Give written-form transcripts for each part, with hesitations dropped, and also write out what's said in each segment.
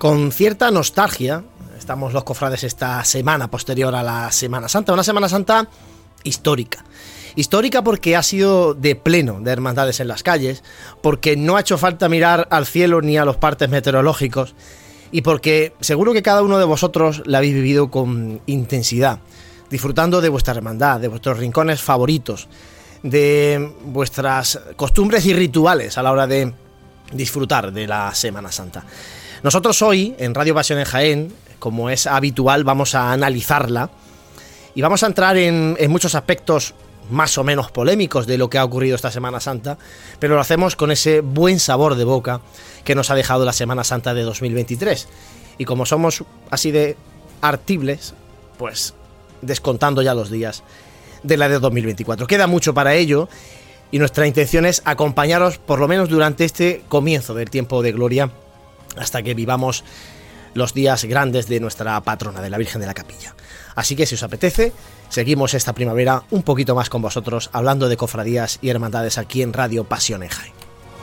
Con cierta nostalgia estamos los cofrades esta semana posterior a la Semana Santa, una Semana Santa histórica. Histórica porque ha sido de pleno de hermandades en las calles, porque no ha hecho falta mirar al cielo ni a los partes meteorológicos y porque seguro que cada uno de vosotros la habéis vivido con intensidad, disfrutando de vuestra hermandad, de vuestros rincones favoritos, de vuestras costumbres y rituales a la hora de disfrutar de la Semana Santa. Nosotros hoy, en Radio Pasión en Jaén, como es habitual, vamos a analizarla y vamos a entrar en muchos aspectos más o menos polémicos de lo que ha ocurrido esta Semana Santa, pero lo hacemos con ese buen sabor de boca que nos ha dejado la Semana Santa de 2023. Y como somos así de artibles, pues descontando ya los días de la de 2024. Queda mucho para ello y nuestra intención es acompañaros por lo menos durante este comienzo del tiempo de gloria hasta que vivamos los días grandes de nuestra patrona, de la Virgen de la Capilla. Así que si os apetece, seguimos esta primavera un poquito más con vosotros, hablando de cofradías y hermandades aquí en Radio Pasión en Jaén.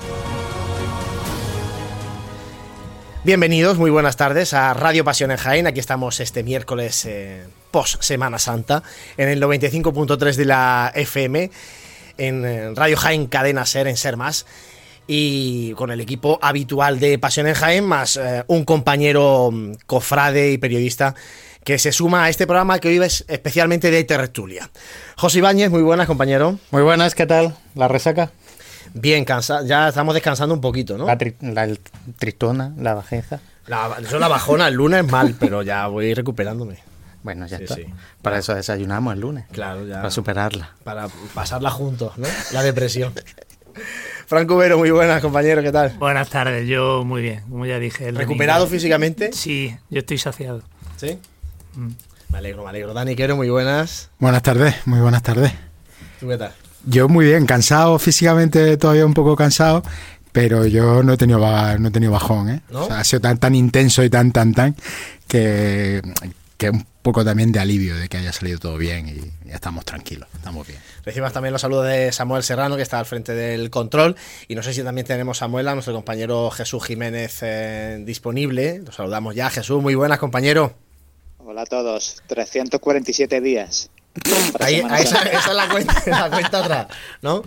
Bienvenidos, muy buenas tardes a Radio Pasión en Jaén. Aquí estamos este miércoles post Semana Santa en el 95.3 de la FM, en Radio Jaén Cadena Ser, en Ser Más, y con el equipo habitual de Pasión en Jaén, más un compañero cofrade y periodista que se suma a este programa que hoy es especialmente de tertulia. José Ibáñez, muy buenas, compañero. Muy buenas, ¿qué tal? ¿La resaca? Bien, ya estamos descansando un poquito, ¿no? La tristona, la bajeza. La bajona el lunes mal, pero ya voy recuperándome. Bueno, ya sí, está. Sí. Para eso desayunamos el lunes. Claro, ya. Para superarla. Para pasarla juntos, ¿no? La depresión. Franco Vero, muy buenas, compañero, ¿qué tal? Buenas tardes, yo muy bien, como ya dije. ¿Recuperado físicamente? Sí, yo estoy saciado. ¿Sí? Me alegro. Dani Quero, muy buenas. Buenas tardes, muy buenas tardes. ¿Tú qué tal? Yo muy bien, cansado físicamente, todavía un poco cansado, pero yo no he tenido bajón, ¿eh? ¿No? O sea, ha sido tan intenso y tan que un poco también de alivio de que haya salido todo bien y ya estamos tranquilos, estamos bien. Recibimos también los saludos de Samuel Serrano, que está al frente del control, y no sé si también tenemos a Samuel, a nuestro compañero Jesús Jiménez disponible. Los saludamos ya. Jesús, muy buenas, compañero. Hola a todos, 347 días. Esa es la cuenta atrás, ¿no?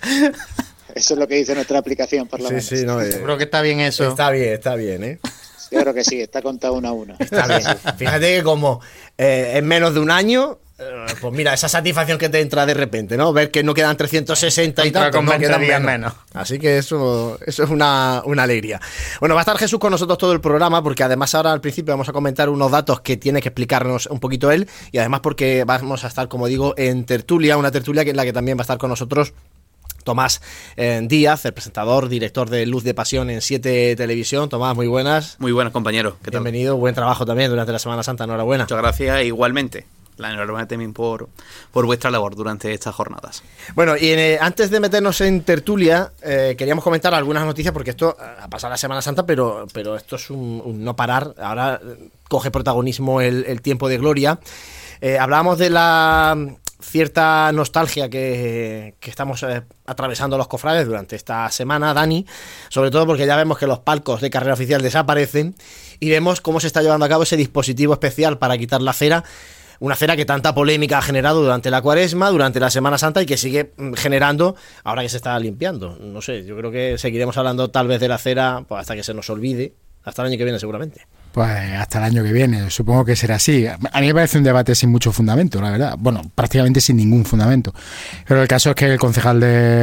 Eso es lo que dice nuestra aplicación, por lo menos. Sí, no, creo que está bien eso. Está bien, ¿eh? Yo creo que sí, está contado 1 a 1. Está bien. Fíjate que como en menos de un año, pues mira, esa satisfacción que te entra de repente, ¿no? Ver que no quedan 360 y tantos, no quedan menos. Así que eso es una alegría. Bueno, va a estar Jesús con nosotros todo el programa, porque además ahora al principio vamos a comentar unos datos que tiene que explicarnos un poquito él, y además porque vamos a estar, como digo, en tertulia, una tertulia en la que también va a estar con nosotros Tomás Díaz, el presentador, director de Luz de Pasión en 7 Televisión. Tomás, muy buenas. Muy buenas, compañero. Bienvenido, buen trabajo también durante la Semana Santa, enhorabuena. Muchas gracias, igualmente. La enhorabuena también por vuestra labor durante estas jornadas. Bueno, y antes de meternos en tertulia, queríamos comentar algunas noticias, porque esto ha pasado la Semana Santa, pero esto es un no parar. Ahora coge protagonismo el tiempo de gloria. Hablábamos de la cierta nostalgia que estamos atravesando los cofrades durante esta semana, Dani, sobre todo porque ya vemos que los palcos de carrera oficial desaparecen y vemos cómo se está llevando a cabo ese dispositivo especial para quitar la cera, una cera que tanta polémica ha generado durante la Cuaresma, durante la Semana Santa, y que sigue generando ahora que se está limpiando. No sé, yo creo que seguiremos hablando tal vez de la cera pues hasta que se nos olvide, hasta el año que viene seguramente. Pues hasta el año que viene, supongo que será así. A mí me parece un debate sin mucho fundamento, la verdad. Bueno, prácticamente sin ningún fundamento. Pero el caso es que el concejal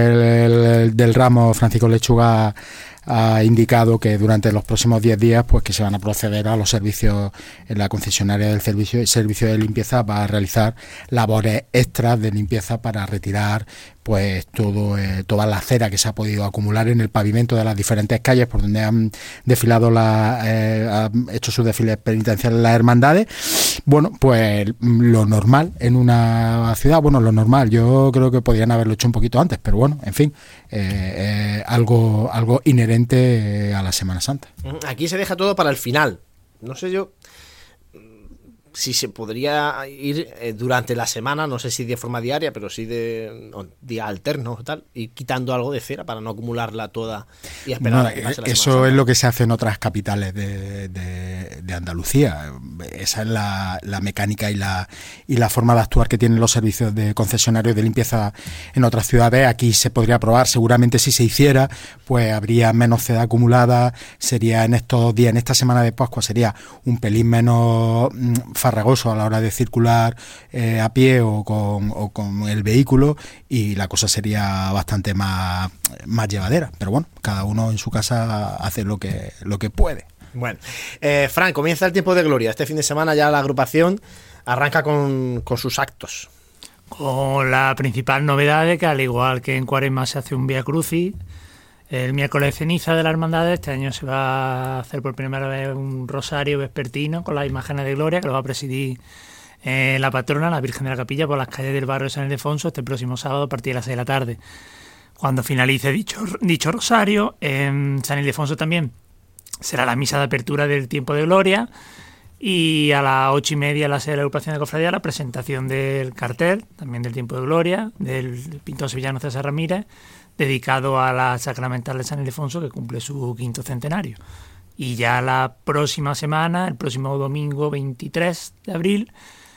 del ramo, Francisco Lechuga, ha indicado que durante los próximos 10 días pues que se van a proceder a los servicios en la concesionaria del servicio de limpieza. Va a realizar labores extras de limpieza para retirar pues toda la cera que se ha podido acumular en el pavimento de las diferentes calles por donde han desfilado han hecho sus desfiles penitenciales las hermandades. Bueno, pues lo normal en una ciudad, lo normal, yo creo que podrían haberlo hecho un poquito antes, pero bueno, en fin, algo inherente a la Semana Santa. Aquí se deja todo para el final. No sé yo, si se podría ir durante la semana, no sé si de forma diaria, pero sí de día alterno o tal, ir quitando algo de cera para no acumularla toda y esperar No, a que pase la Semana eso Santa. es lo que se hace en otras capitales de Andalucía. Esa es la mecánica y la forma de actuar que tienen los servicios de concesionarios de limpieza en otras ciudades. Aquí se podría probar, seguramente si se hiciera, pues habría menos cera acumulada, sería en estos días, en esta semana de Pascua, sería un pelín menos farragoso a la hora de circular a pie o con el vehículo, y la cosa sería bastante más llevadera. Pero bueno, cada uno en su casa hace lo que puede. Bueno, Fran, comienza el tiempo de gloria. Este fin de semana ya la agrupación arranca con sus actos. Con la principal novedad de que, al igual que en Cuaresma se hace un Vía Crucis, el miércoles de ceniza de la hermandad, este año se va a hacer por primera vez un rosario vespertino con las imágenes de gloria, que lo va a presidir la patrona, la Virgen de la Capilla, por las calles del barrio de San Ildefonso este próximo sábado a partir de las 6 de la tarde. Cuando finalice dicho rosario, en San Ildefonso también será la misa de apertura del tiempo de gloria, y a las 8:30 en la sede de la agrupación de cofradía la presentación del cartel, también del tiempo de gloria, del pintor sevillano César Ramírez, dedicado a la sacramental de San Ildefonso, que cumple su 5º centenario. Y ya la próxima semana, el próximo domingo 23 de abril,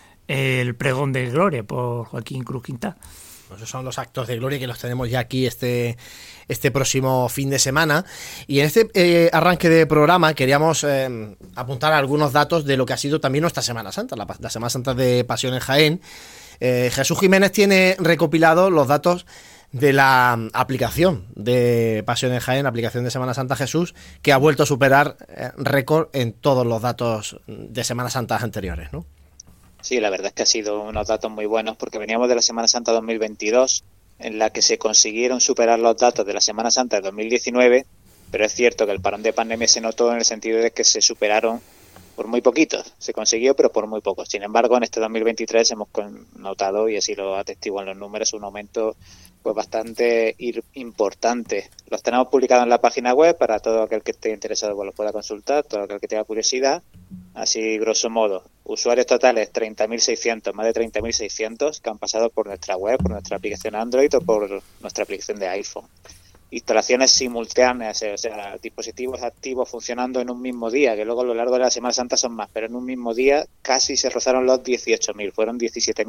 el pregón de gloria por Joaquín Cruz Quintá. Esos son los actos de gloria que los tenemos ya aquí este próximo fin de semana. Y en este arranque de programa queríamos apuntar algunos datos de lo que ha sido también nuestra Semana Santa, la Semana Santa de Pasión en Jaén. Jesús Jiménez tiene recopilado los datos de la aplicación de Pasión en Jaén, aplicación de Semana Santa Jesús, que ha vuelto a superar récord en todos los datos de Semana Santa anteriores, ¿no? Sí, la verdad es que ha sido unos datos muy buenos, porque veníamos de la Semana Santa 2022, en la que se consiguieron superar los datos de la Semana Santa de 2019, pero es cierto que el parón de pandemia se notó en el sentido de que se superaron por muy poquitos. Se consiguió, pero por muy poco. Sin embargo, en este 2023 hemos notado, y así lo atestiguan los números, un aumento pues bastante importante. Los tenemos publicados en la página web para todo aquel que esté interesado, pues lo pueda consultar, todo aquel que tenga curiosidad. Así, grosso modo, usuarios totales 30.600, más de 30.600 que han pasado por nuestra web, por nuestra aplicación Android o por nuestra aplicación de iPhone. Instalaciones simultáneas, o sea, dispositivos activos funcionando en un mismo día, que luego a lo largo de la Semana Santa son más, pero en un mismo día casi se rozaron los 18.000, fueron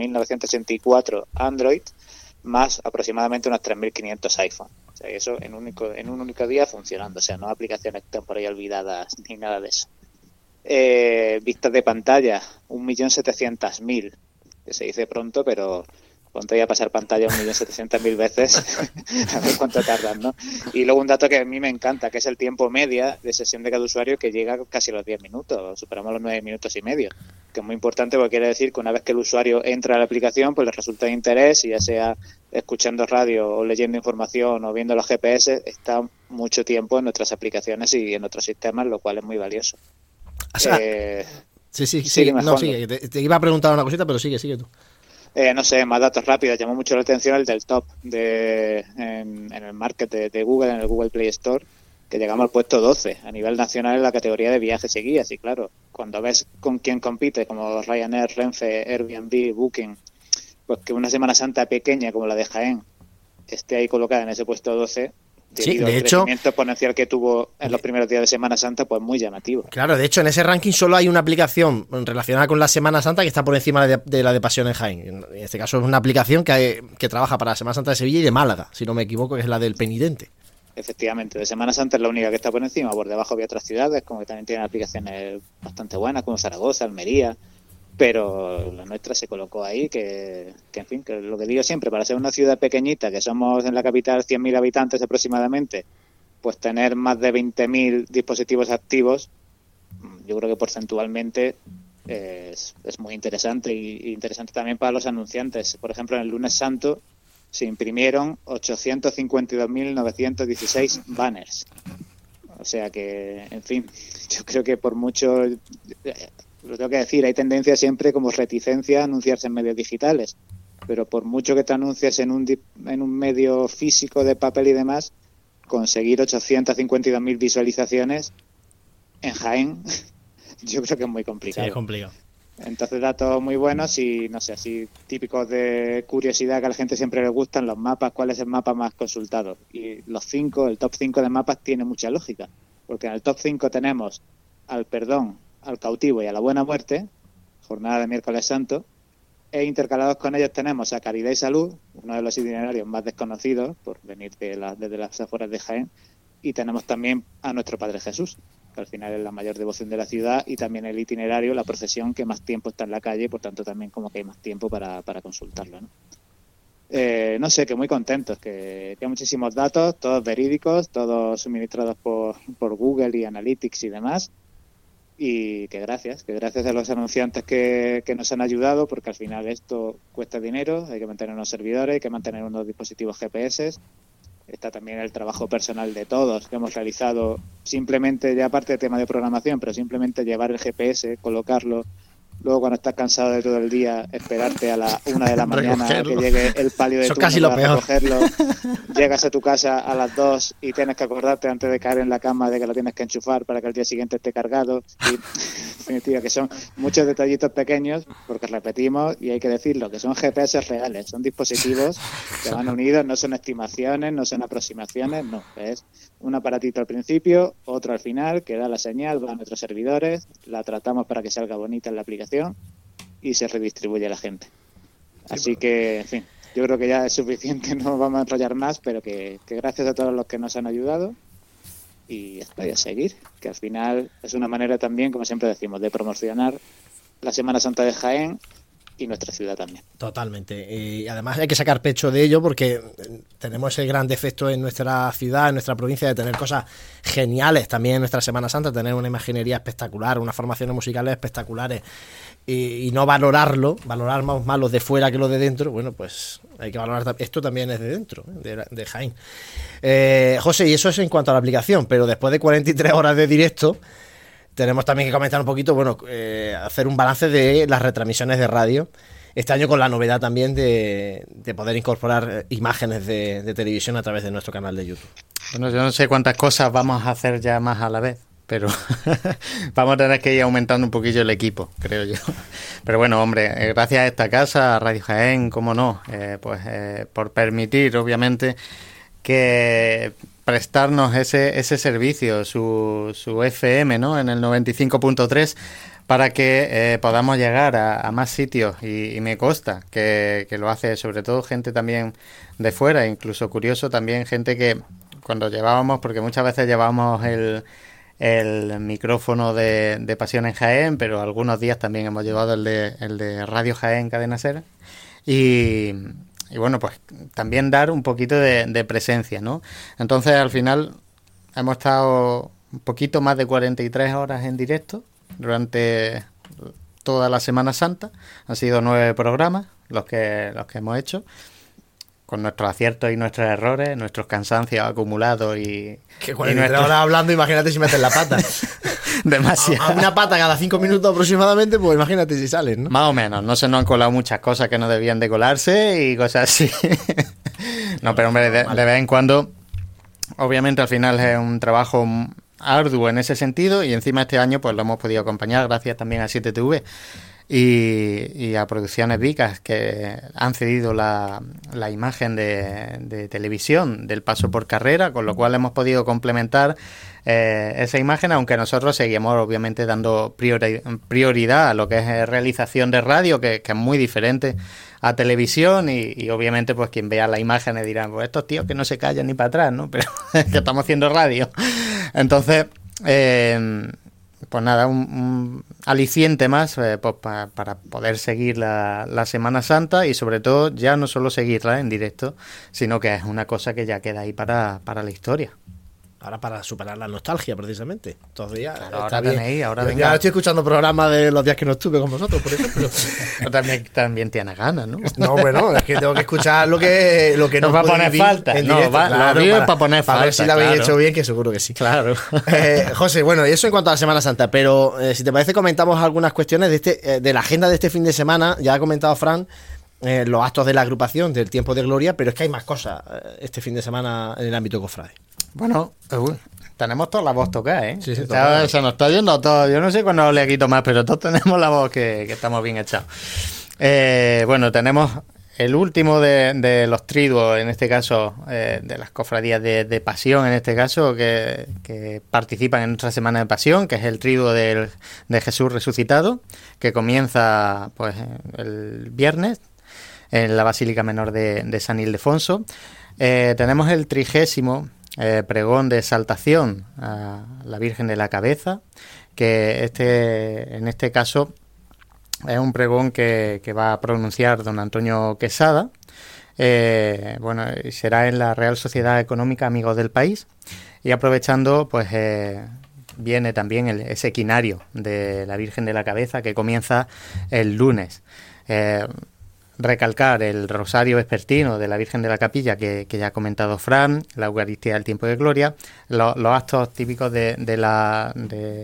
17.984 Android, más aproximadamente unos 3.500 iPhone. O sea, eso en un único día funcionando, o sea, no aplicaciones que están por ahí olvidadas ni nada de eso. Vistas de pantalla, 1.700.000, que se dice pronto, pero ponte ya a pasar pantalla 1.700.000 veces a ver cuánto tardan, ¿no? Y luego un dato que a mí me encanta, que es el tiempo media de sesión de cada usuario, que llega casi a los 10 minutos, superamos los 9 minutos y medio, que es muy importante porque quiere decir que una vez que el usuario entra a la aplicación, pues le resulta de interés, y ya sea escuchando radio o leyendo información o viendo los GPS, está mucho tiempo en nuestras aplicaciones y en otros sistemas, lo cual es muy valioso. O sea, sí, no, sigue. Te iba a preguntar una cosita, pero sigue tú. No sé, más datos rápidos. Llamó mucho la atención el del top en el market de Google, en el Google Play Store, que llegamos al puesto 12 a nivel nacional en la categoría de viajes y guías. Y claro, cuando ves con quién compite, como Ryanair, Renfe, Airbnb, Booking, pues que una Semana Santa pequeña como la de Jaén esté ahí colocada en ese puesto 12... Sí, debido de al hecho, crecimiento exponencial que tuvo en los primeros días de Semana Santa, pues muy llamativo. Claro, de hecho, en ese ranking solo hay una aplicación relacionada con la Semana Santa que está por encima de la de Pasión en Jaén. En este caso es una aplicación que trabaja para la Semana Santa de Sevilla y de Málaga, si no me equivoco, que es la del Penitente. Efectivamente, de Semana Santa es la única que está por encima. Por debajo había otras ciudades, como que también tienen aplicaciones bastante buenas, como Zaragoza, Almería, pero la nuestra se colocó ahí, que en fin, que lo que digo siempre, para ser una ciudad pequeñita, que somos en la capital 100.000 habitantes aproximadamente, pues tener más de 20.000 dispositivos activos, yo creo que porcentualmente es muy interesante, y interesante también para los anunciantes. Por ejemplo, en el lunes santo se imprimieron 852.916 banners. O sea que, en fin, yo creo que por mucho, lo tengo que decir, hay tendencia siempre como reticencia a anunciarse en medios digitales, pero por mucho que te anuncies en un medio físico de papel y demás, conseguir 852.000 visualizaciones en Jaén, yo creo que es muy complicado. Sí, es complicado. Entonces datos muy buenos y no sé, así típicos de curiosidad que a la gente siempre le gustan, los mapas, cuál es el mapa más consultado. Y el top 5 de mapas tiene mucha lógica, porque en el top 5 tenemos al perdón, al cautivo y a la buena muerte, jornada de miércoles santo, e intercalados con ellos tenemos a Caridad y Salud, uno de los itinerarios más desconocidos por venir desde las afueras de Jaén, y tenemos también a nuestro Padre Jesús, que al final es la mayor devoción de la ciudad, y también el itinerario, la procesión que más tiempo está en la calle, por tanto también como que hay más tiempo para consultarlo, ¿no? No sé, que muy contentos, que hay muchísimos datos, todos verídicos, todos suministrados por Google y Analytics y demás, y que gracias a los anunciantes que nos han ayudado, porque al final esto cuesta dinero, hay que mantener unos servidores, hay que mantener unos dispositivos GPS. Está también el trabajo personal de todos que hemos realizado, simplemente, ya aparte del tema de programación, pero simplemente llevar el GPS, colocarlo, luego cuando estás cansado de todo el día, esperarte a la 1 de la mañana a que llegue el palio de turno casi lo para peor. recogerlo, llegas a tu casa a las 2 y tienes que acordarte antes de caer en la cama de que lo tienes que enchufar para que el día siguiente esté cargado, y en definitiva que son muchos detallitos pequeños, porque repetimos y hay que decirlo, que son GPS reales, son dispositivos que van unidos, no son estimaciones, no son aproximaciones, no, es un aparatito al principio, otro al final, que da la señal, va a nuestros servidores, la tratamos para que salga bonita en la aplicación y se redistribuye a la gente. Así que, en fin, yo creo que ya es suficiente, no vamos a enrollar más, pero que gracias a todos los que nos han ayudado y a seguir, que al final es una manera también, como siempre decimos, de promocionar la Semana Santa de Jaén y nuestra ciudad también. Totalmente. Y además hay que sacar pecho de ello porque tenemos ese gran defecto en nuestra ciudad, en nuestra provincia, de tener cosas geniales también en nuestra Semana Santa, tener una imaginería espectacular, unas formaciones musicales espectaculares y no valorar más los de fuera que los de dentro. Bueno, pues hay que valorar. Esto también es de dentro, de Jaén. José, y eso es en cuanto a la aplicación, pero después de 43 horas de directo, tenemos también que comentar un poquito, hacer un balance de las retransmisiones de radio. Este año con la novedad también de poder incorporar imágenes de televisión a través de nuestro canal de YouTube. Bueno, yo no sé cuántas cosas vamos a hacer ya más a la vez, pero vamos a tener que ir aumentando un poquillo el equipo, creo yo. Pero bueno, hombre, gracias a esta casa, a Radio Jaén, cómo no, por permitir, obviamente, que prestarnos ese servicio, su FM, ¿no?, en el 95.3, para que podamos llegar a más sitios, y me consta que lo hace sobre todo gente también de fuera, incluso curioso también gente que cuando llevábamos, porque muchas veces llevábamos el micrófono de Pasión en Jaén, pero algunos días también hemos llevado el de Radio Jaén Cadena Ser, y bueno, pues también dar un poquito de presencia, ¿no? Entonces, al final, hemos estado un poquito más de 43 horas en directo durante toda la Semana Santa. Han sido 9 programas los que hemos hecho, con nuestros aciertos y nuestros errores, nuestros cansancios acumulados y... Que 43 horas hablando, imagínate si metes la pata. Demasiado. A una pata cada 5 minutos aproximadamente, pues imagínate si sales, ¿no? Más o menos, no se nos han colado muchas cosas que no debían de colarse y cosas así. No, pero hombre, de vez en cuando, obviamente al final es un trabajo arduo en ese sentido, y encima este año pues lo hemos podido acompañar gracias también a 7TV y a Producciones Vicas, que han cedido la imagen de televisión del paso por carrera, con lo cual hemos podido complementar esa imagen, aunque nosotros seguimos obviamente dando prioridad a lo que es realización de radio, que es muy diferente a televisión, y obviamente pues quien vea la imagen dirán, pues estos tíos que no se callan ni para atrás, ¿no? Pero que estamos haciendo radio. Entonces, pues nada, un aliciente más pues para poder seguir la Semana Santa, y sobre todo ya no solo seguirla en directo, sino que es una cosa que ya queda ahí para la historia. Ahora para superar la nostalgia, precisamente. Todavía Claro, está ahora bien. tenéis, ahora Yo venga. ya estoy escuchando programas de los días que no estuve con vosotros, por ejemplo. También tienes ganas, ¿no? No, bueno, es que tengo que escuchar lo que Nos va a pude poner vivir falta. en No, directo, lo vives para poner para ver falta, si lo habéis claro. hecho bien, que seguro que sí. Claro. José, bueno, y eso en cuanto a la Semana Santa, pero si te parece comentamos algunas cuestiones de la agenda de este fin de semana. Ya ha comentado Fran los actos de la agrupación del Tiempo de Gloria, pero es que hay más cosas este fin de semana en el ámbito cofrade. Bueno, tenemos toda la voz tocada, ¿eh? Sí, Se nos está yendo todo. Yo no sé cuándo le quito más, pero todos tenemos la voz que estamos bien echados. Bueno, tenemos el último de los triduos, en este caso, de las cofradías de Pasión, en este caso, que participan en nuestra Semana de Pasión, que es el triduo de Jesús resucitado, que comienza pues el viernes en la Basílica Menor de San Ildefonso. Tenemos el 30º pregón de exaltación a la Virgen de la Cabeza, que en este caso es un pregón que va a pronunciar don Antonio Quesada. Bueno, será en la Real Sociedad Económica Amigos del País, y aprovechando pues viene también ese equinario de la Virgen de la Cabeza, que comienza el lunes. Recalcar el rosario vespertino de la Virgen de la Capilla, que ya ha comentado Fran, la Eucaristía del tiempo de gloria, los actos típicos de la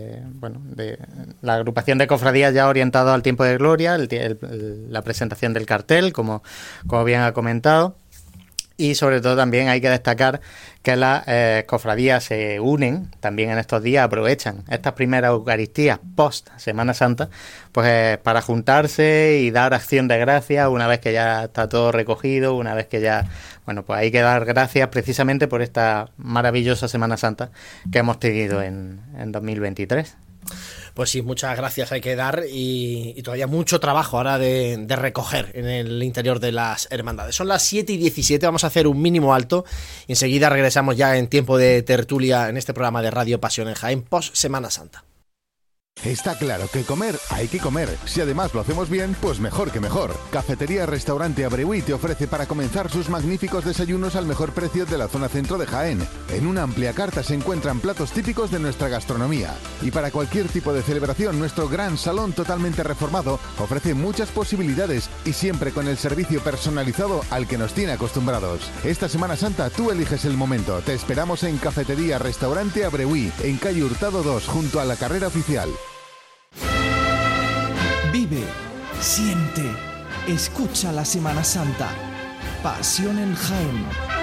agrupación de cofradías ya orientados al tiempo de gloria, la presentación del cartel, como bien ha comentado. Y sobre todo también hay que destacar que las cofradías se unen también en estos días, aprovechan estas primeras Eucaristías post Semana Santa, pues para juntarse y dar acción de gracias una vez que ya está todo recogido, una vez que ya, bueno, pues hay que dar gracias precisamente por esta maravillosa Semana Santa que hemos tenido en 2023. Pues sí, muchas gracias hay que dar y todavía mucho trabajo ahora de recoger en el interior de las hermandades. Son las 7:17, vamos a hacer un mínimo alto y enseguida regresamos ya en tiempo de tertulia en este programa de Radio Pasión en Jaén post Semana Santa. Está claro que comer hay que comer. Si además lo hacemos bien, pues mejor que mejor. Cafetería Restaurante Abreuí te ofrece para comenzar sus magníficos desayunos al mejor precio de la zona centro de Jaén. En una amplia carta se encuentran platos típicos de nuestra gastronomía. Y para cualquier tipo de celebración, nuestro gran salón totalmente reformado ofrece muchas posibilidades y siempre con el servicio personalizado al que nos tiene acostumbrados. Esta Semana Santa tú eliges el momento. Te esperamos en Cafetería Restaurante Abreuí, en calle Hurtado 2, junto a la carrera oficial. Vive, siente, escucha la Semana Santa. Pasión en Jaén.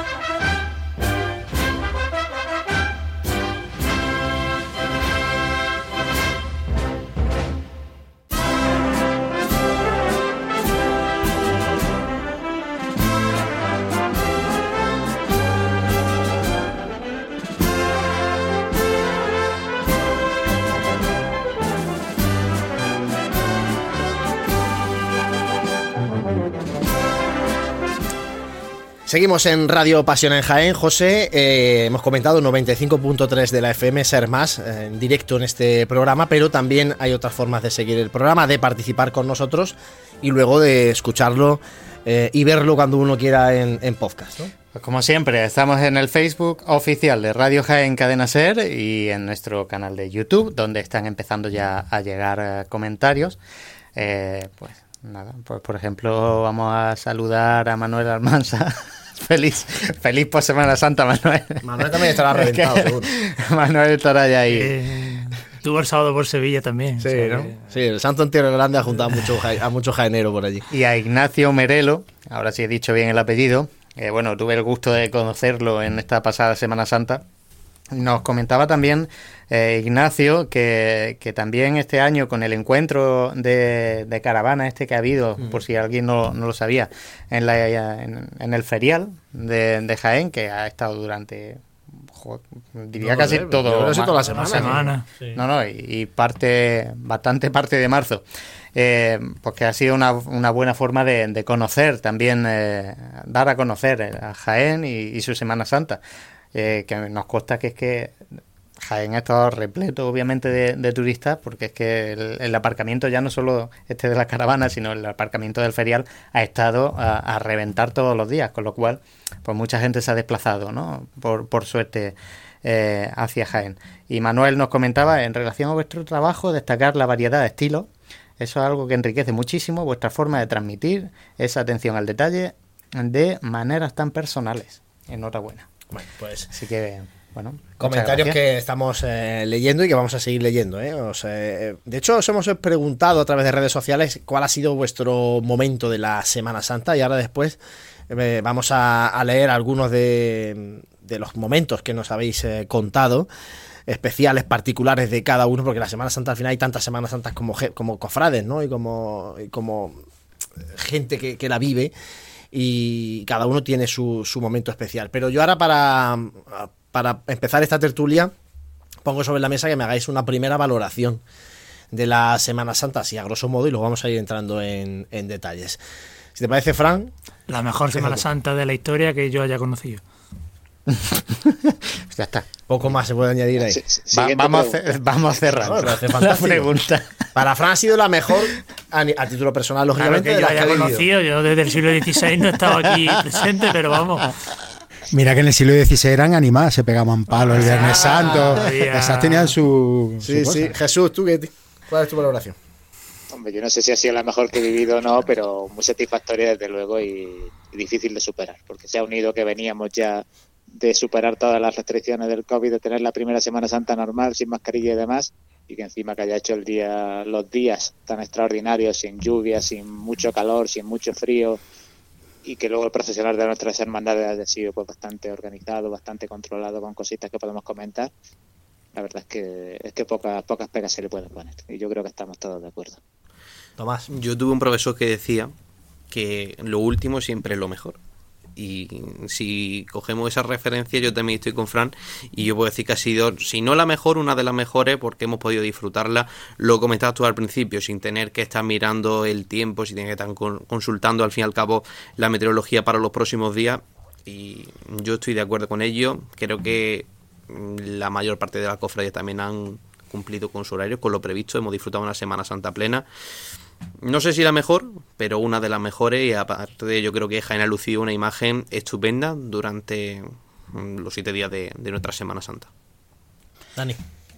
Seguimos en Radio Pasión en Jaén. José, hemos comentado 95.3 de la FM, Ser Más, en directo en este programa, pero también hay otras formas de seguir el programa, de participar con nosotros y luego de escucharlo y verlo cuando uno quiera en podcast, ¿no? Pues como siempre, estamos en el Facebook oficial de Radio Jaén Cadena Ser y en nuestro canal de YouTube, donde están empezando ya a llegar comentarios. Pues nada, pues por ejemplo vamos a saludar a Manuel Almanza. Feliz por Semana Santa, Manuel. Manuel también estará reventado, seguro. Manuel estará ya ahí. Tuvo el sábado por Sevilla también. Sí, ¿no? Sí, el Santo Entierro Grande ha juntado a mucho jaenero por allí. Y a Ignacio Merelo, ahora sí he dicho bien el apellido. Bueno, tuve el gusto de conocerlo en esta pasada Semana Santa. Nos comentaba también Ignacio que también este año, con el encuentro de caravana que ha habido, por si alguien no lo sabía, en el ferial de Jaén, que ha estado durante, diría casi toda la semana. Sí. No, y bastante parte de marzo. Pues que ha sido una buena forma de conocer también, dar a conocer a Jaén y su Semana Santa. Que nos consta que es que Jaén ha estado repleto, obviamente, de turistas, porque es que el aparcamiento ya no solo de las caravanas, sino el aparcamiento del ferial ha estado a reventar todos los días, con lo cual pues mucha gente se ha desplazado, ¿no? Por suerte hacia Jaén. Y Manuel nos comentaba, en relación a vuestro trabajo, destacar la variedad de estilos. Eso es algo que enriquece muchísimo vuestra forma de transmitir esa atención al detalle de maneras tan personales. Enhorabuena. Bueno, pues así que, bueno, comentarios que estamos leyendo y que vamos a seguir leyendo, ¿eh? De hecho, os hemos preguntado a través de redes sociales cuál ha sido vuestro momento de la Semana Santa, y ahora después vamos a leer algunos de de los momentos que nos habéis contado, especiales, particulares de cada uno, porque la Semana Santa al final hay tantas Semanas Santas como cofrades, ¿no? Y como gente que la vive, y cada uno tiene su momento especial. Pero yo ahora para empezar esta tertulia pongo sobre la mesa que me hagáis una primera valoración de la Semana Santa, así a grosso modo, y luego vamos a ir entrando en detalles. Si te parece, Fran. La mejor Semana Santa de la historia que yo haya conocido. Ya está. Poco más se puede añadir ahí. Vamos a cerrar la pregunta. Para Fran ha sido la mejor a título personal, lógicamente. Claro, que yo haya conocido. Yo desde el siglo XVI no he estado aquí presente, pero vamos. Mira que en el siglo XVI eran animadas, se pegaban palos el Viernes Santo. Esas tenían su sí. Jesús, ¿cuál es tu valoración? Hombre, yo no sé si ha sido la mejor que he vivido o no, pero muy satisfactoria desde luego y difícil de superar, porque se ha unido que veníamos ya de superar todas las restricciones del COVID, de tener la primera Semana Santa normal, sin mascarilla y demás, y que encima que haya hecho los días tan extraordinarios, sin lluvia, sin mucho calor, sin mucho frío, y que luego el procesionar de nuestras hermandades haya sido pues bastante organizado, bastante controlado, con cositas que podemos comentar. La verdad es que pocas pegas se le pueden poner, y yo creo que estamos todos de acuerdo. Tomás. Yo tuve un profesor que decía que lo último siempre es lo mejor. Y si cogemos esa referencia, yo también estoy con Fran, y yo puedo decir que ha sido, si no la mejor, una de las mejores, porque hemos podido disfrutarla. Lo comentabas tú al principio, sin tener que estar mirando el tiempo, sin tener que estar consultando al fin y al cabo la meteorología para los próximos días, y yo estoy de acuerdo con ello. Creo que la mayor parte de las cofradías también han cumplido con su horario, con lo previsto. Hemos disfrutado una Semana Santa plena. No sé si la mejor, pero una de las mejores, y aparte de ello creo que Jaén ha lucido una imagen estupenda durante los 7 días de nuestra Semana Santa. Dani.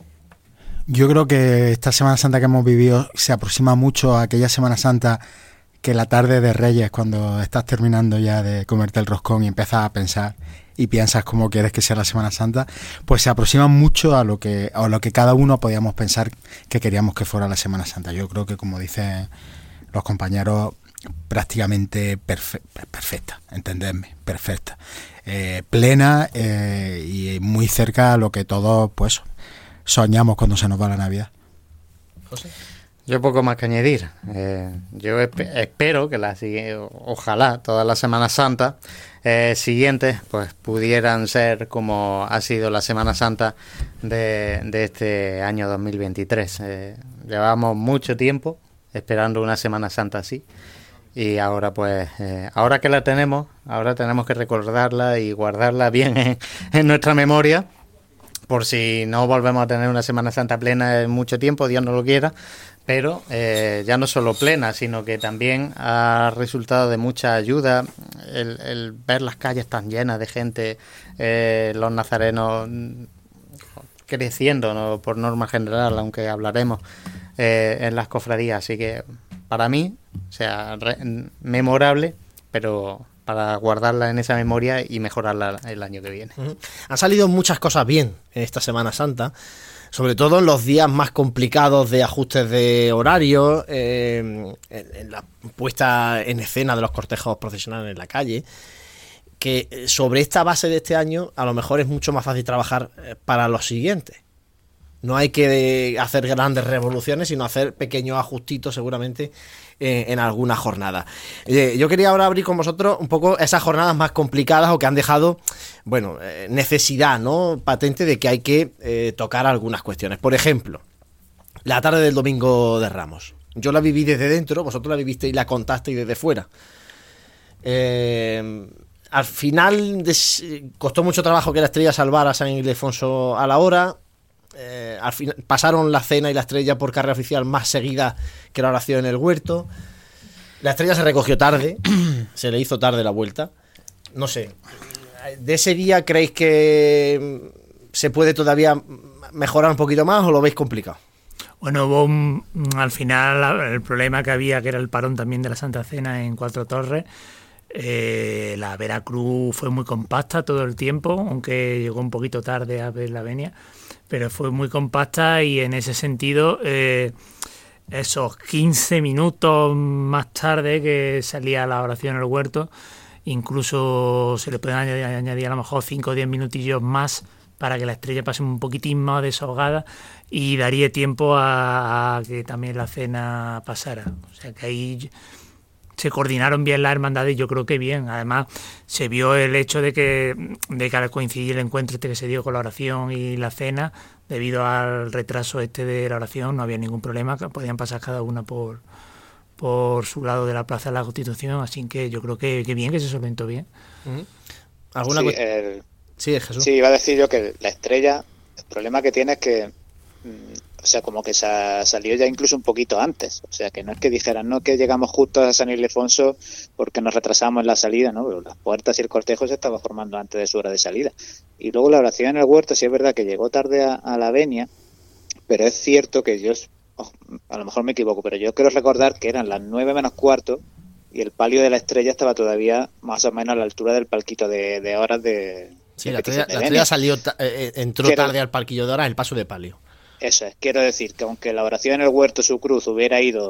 Yo creo que esta Semana Santa que hemos vivido se aproxima mucho a aquella Semana Santa que la tarde de Reyes, cuando estás terminando ya de comerte el roscón y empiezas a pensar y piensas cómo quieres que sea la Semana Santa, pues se aproxima mucho a lo que cada uno podíamos pensar que queríamos que fuera la Semana Santa. Yo creo que, como dicen los compañeros, prácticamente perfecta, entendedme, perfecta, plena, y muy cerca a lo que todos pues soñamos cuando se nos va la Navidad. José. Yo poco más que añadir. Yo espero que ojalá todas las Semanas Santas siguientes pues pudieran ser como ha sido la Semana Santa de este año 2023. Llevamos mucho tiempo esperando una Semana Santa así, y ahora pues ahora que la tenemos, ahora tenemos que recordarla y guardarla bien en nuestra memoria, por si no volvemos a tener una Semana Santa plena en mucho tiempo, Dios no lo quiera. Pero ya no solo plena, sino que también ha resultado de mucha ayuda el ver las calles tan llenas de gente, los nazarenos creciendo, ¿no? Por norma general, aunque hablaremos en las cofradías. Así que para mí, o sea, memorable, pero para guardarla en esa memoria y mejorarla el año que viene. Han salido muchas cosas bien en esta Semana Santa, sobre todo en los días más complicados de ajustes de horario, en la puesta en escena de los cortejos procesionales en la calle, que sobre esta base de este año a lo mejor es mucho más fácil trabajar para los siguientes. No hay que hacer grandes revoluciones, sino hacer pequeños ajustitos seguramente en alguna jornada. Yo quería ahora abrir con vosotros un poco esas jornadas más complicadas o que han dejado, bueno, necesidad, ¿no?, patente de que hay que tocar algunas cuestiones. Por ejemplo, la tarde del Domingo de Ramos. Yo la viví desde dentro, vosotros la vivisteis y la contasteis desde fuera. Al final costó mucho trabajo que la estrella salvara a San Ildefonso a la hora. Al final pasaron la cena y la estrella por carrera oficial más seguida que la oración en el huerto. La estrella se recogió tarde, se le hizo tarde la vuelta. No sé, ¿de ese día creéis que se puede todavía mejorar un poquito más o lo veis complicado? Bueno, hubo al final el problema que había, que era el parón también de la Santa Cena en Cuatro Torres. La Veracruz fue muy compacta todo el tiempo, aunque llegó un poquito tarde a ver la venia, pero fue muy compacta, y en ese sentido esos 15 minutos más tarde que salía la oración en el huerto incluso se le pueden añadir a lo mejor 5 o 10 minutillos más para que la estrella pase un poquitín más desahogada y daría tiempo a que también la cena pasara. O sea que ahí se coordinaron bien las hermandades y yo creo que bien. Además, se vio el hecho de que al coincidir el encuentro que se dio con la oración y la cena, debido al retraso de la oración, no había ningún problema, que podían pasar cada una por su lado de la Plaza de la Constitución, así que yo creo que bien, que se solventó bien. ¿Alguna Sí, Jesús. Sí, iba a decir yo que la estrella, el problema que tiene es que, o sea, como que salió ya incluso un poquito antes. O sea, que no es que dijeran, no, que llegamos justo a San Ildefonso porque nos retrasamos en la salida, ¿no? Pero las puertas y el cortejo se estaba formando antes de su hora de salida. Y luego la oración en el huerto, sí es verdad que llegó tarde a la venia, pero es cierto que a lo mejor me equivoco, pero yo quiero recordar que eran las 9 menos cuarto y el palio de la estrella estaba todavía más o menos a la altura del palquito de horas de... Sí, la estrella salió, entró tarde al palquillo de horas, el paso de palio. Eso es, quiero decir que aunque la oración en el huerto, su cruz, hubiera ido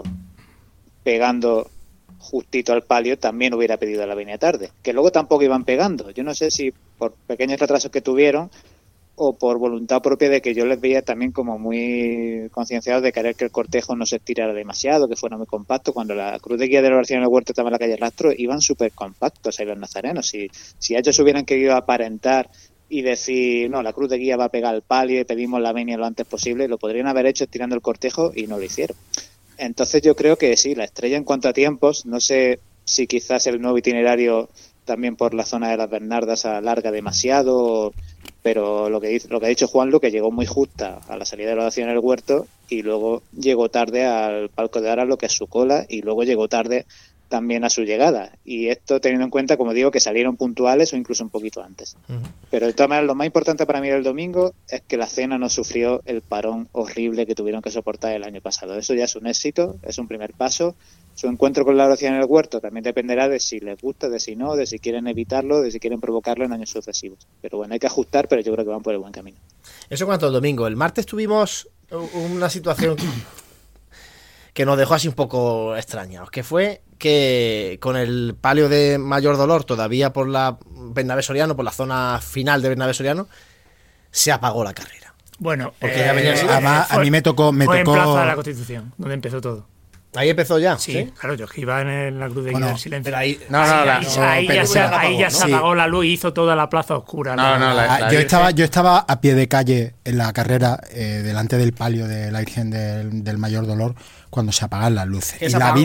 pegando justito al palio, también hubiera pedido la venia tarde, que luego tampoco iban pegando. Yo no sé si por pequeños retrasos que tuvieron o por voluntad propia de que yo les veía también como muy concienciados de querer que el cortejo no se estirara demasiado, que fuera muy compacto. Cuando la cruz de guía de la oración en el huerto estaba en la calle Rastro, iban súper compactos ahí los nazarenos. Si ellos hubieran querido aparentar y decir, no, la cruz de guía va a pegar al palio y pedimos la venia lo antes posible, lo podrían haber hecho estirando el cortejo y no lo hicieron. Entonces yo creo que sí, la estrella en cuanto a tiempos, no sé si quizás el nuevo itinerario también por la zona de las Bernardas alarga demasiado, pero lo que ha dicho Juanlu, que llegó muy justa a la salida de la oración en el huerto y luego llegó tarde al palco de Aras, lo que es su cola, y luego llegó tarde también a su llegada. Y esto teniendo en cuenta, como digo, que salieron puntuales o incluso un poquito antes. Pero de todas maneras, lo más importante para mí del domingo es que la cena no sufrió el parón horrible que tuvieron que soportar el año pasado. Eso ya es un éxito, es un primer paso. Su encuentro con la oración en el huerto también dependerá de si les gusta, de si no, de si quieren evitarlo, de si quieren provocarlo en años sucesivos. Pero bueno, hay que ajustar, pero yo creo que van por el buen camino. Eso en cuanto al domingo. El martes tuvimos una situación que nos dejó así un poco extrañados, que fue que con el palio de mayor dolor todavía por la Bernabé Soriano, por la zona final de Bernabé Soriano, se apagó la carrera. Bueno, además a mí me tocó en Plaza de la Constitución, donde empezó todo. Ahí empezó ya. Sí, claro, yo que iba en la cruz de guía del silencio. Pero ahí ya se apagó la luz y hizo toda la plaza oscura. Yo estaba a pie de calle en la carrera, delante del palio de la Virgen del Mayor Dolor, cuando se apagan las luces. Y la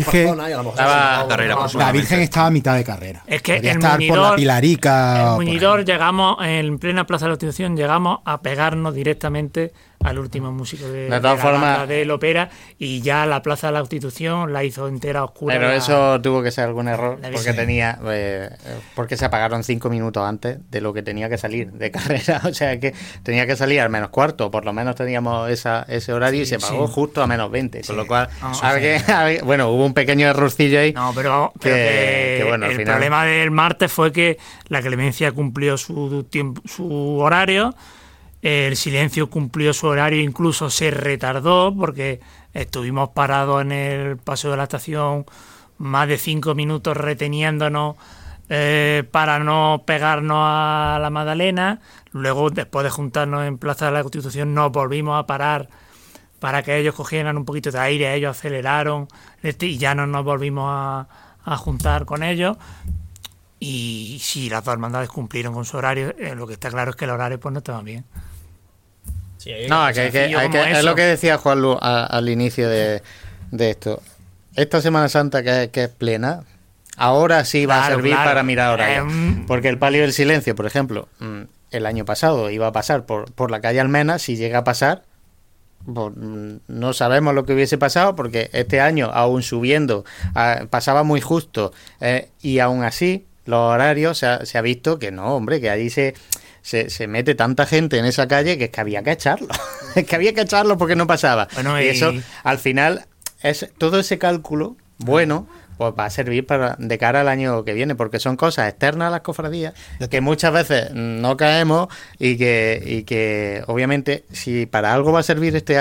Virgen estaba a mitad de carrera. Es que podía estar por la Pilarica. El Muñidor llegamos, en plena Plaza de la Constitución, llegamos a pegarnos directamente al último músico del ópera, y ya la Plaza de la Constitución la hizo entera oscura. Pero eso tuvo que ser algún error, porque se apagaron 5 minutos antes de lo que tenía que salir de carrera. O sea que tenía que salir al menos cuarto, por lo menos teníamos ese horario, y se apagó justo a menos 20, con lo cual bueno, hubo un pequeño errorcillo ahí. No, pero bueno, el problema del martes fue que la Clemencia cumplió su horario. El silencio cumplió su horario, incluso se retardó porque estuvimos parados en el paseo de la estación más de 5 minutos reteniéndonos para no pegarnos a la Magdalena. Luego, después de juntarnos en Plaza de la Constitución, nos volvimos a parar para que ellos cogieran un poquito de aire, ellos aceleraron y ya no nos volvimos a juntar con ellos. Y sí, las dos hermandades cumplieron con su horario. Lo que está claro es que el horario pues no estaba bien. Sí, es lo que decía Juanlu al inicio de esto. Esta Semana Santa que es plena, ahora sí va a servir para mirar horarios. Porque el palio del silencio, por ejemplo, el año pasado iba a pasar por la calle Almena. Si llega a pasar, pues no sabemos lo que hubiese pasado, porque este año, aún subiendo, pasaba muy justo, y aún así los horarios se ha visto que no, hombre, que allí se mete tanta gente en esa calle que es que había que echarlo. Es que había que echarlo porque no pasaba. Bueno, y eso, al final, todo ese cálculo, bueno, pues va a servir de cara al año que viene, porque son cosas externas a las cofradías que muchas veces no caemos, y que obviamente, si para algo va a servir este año,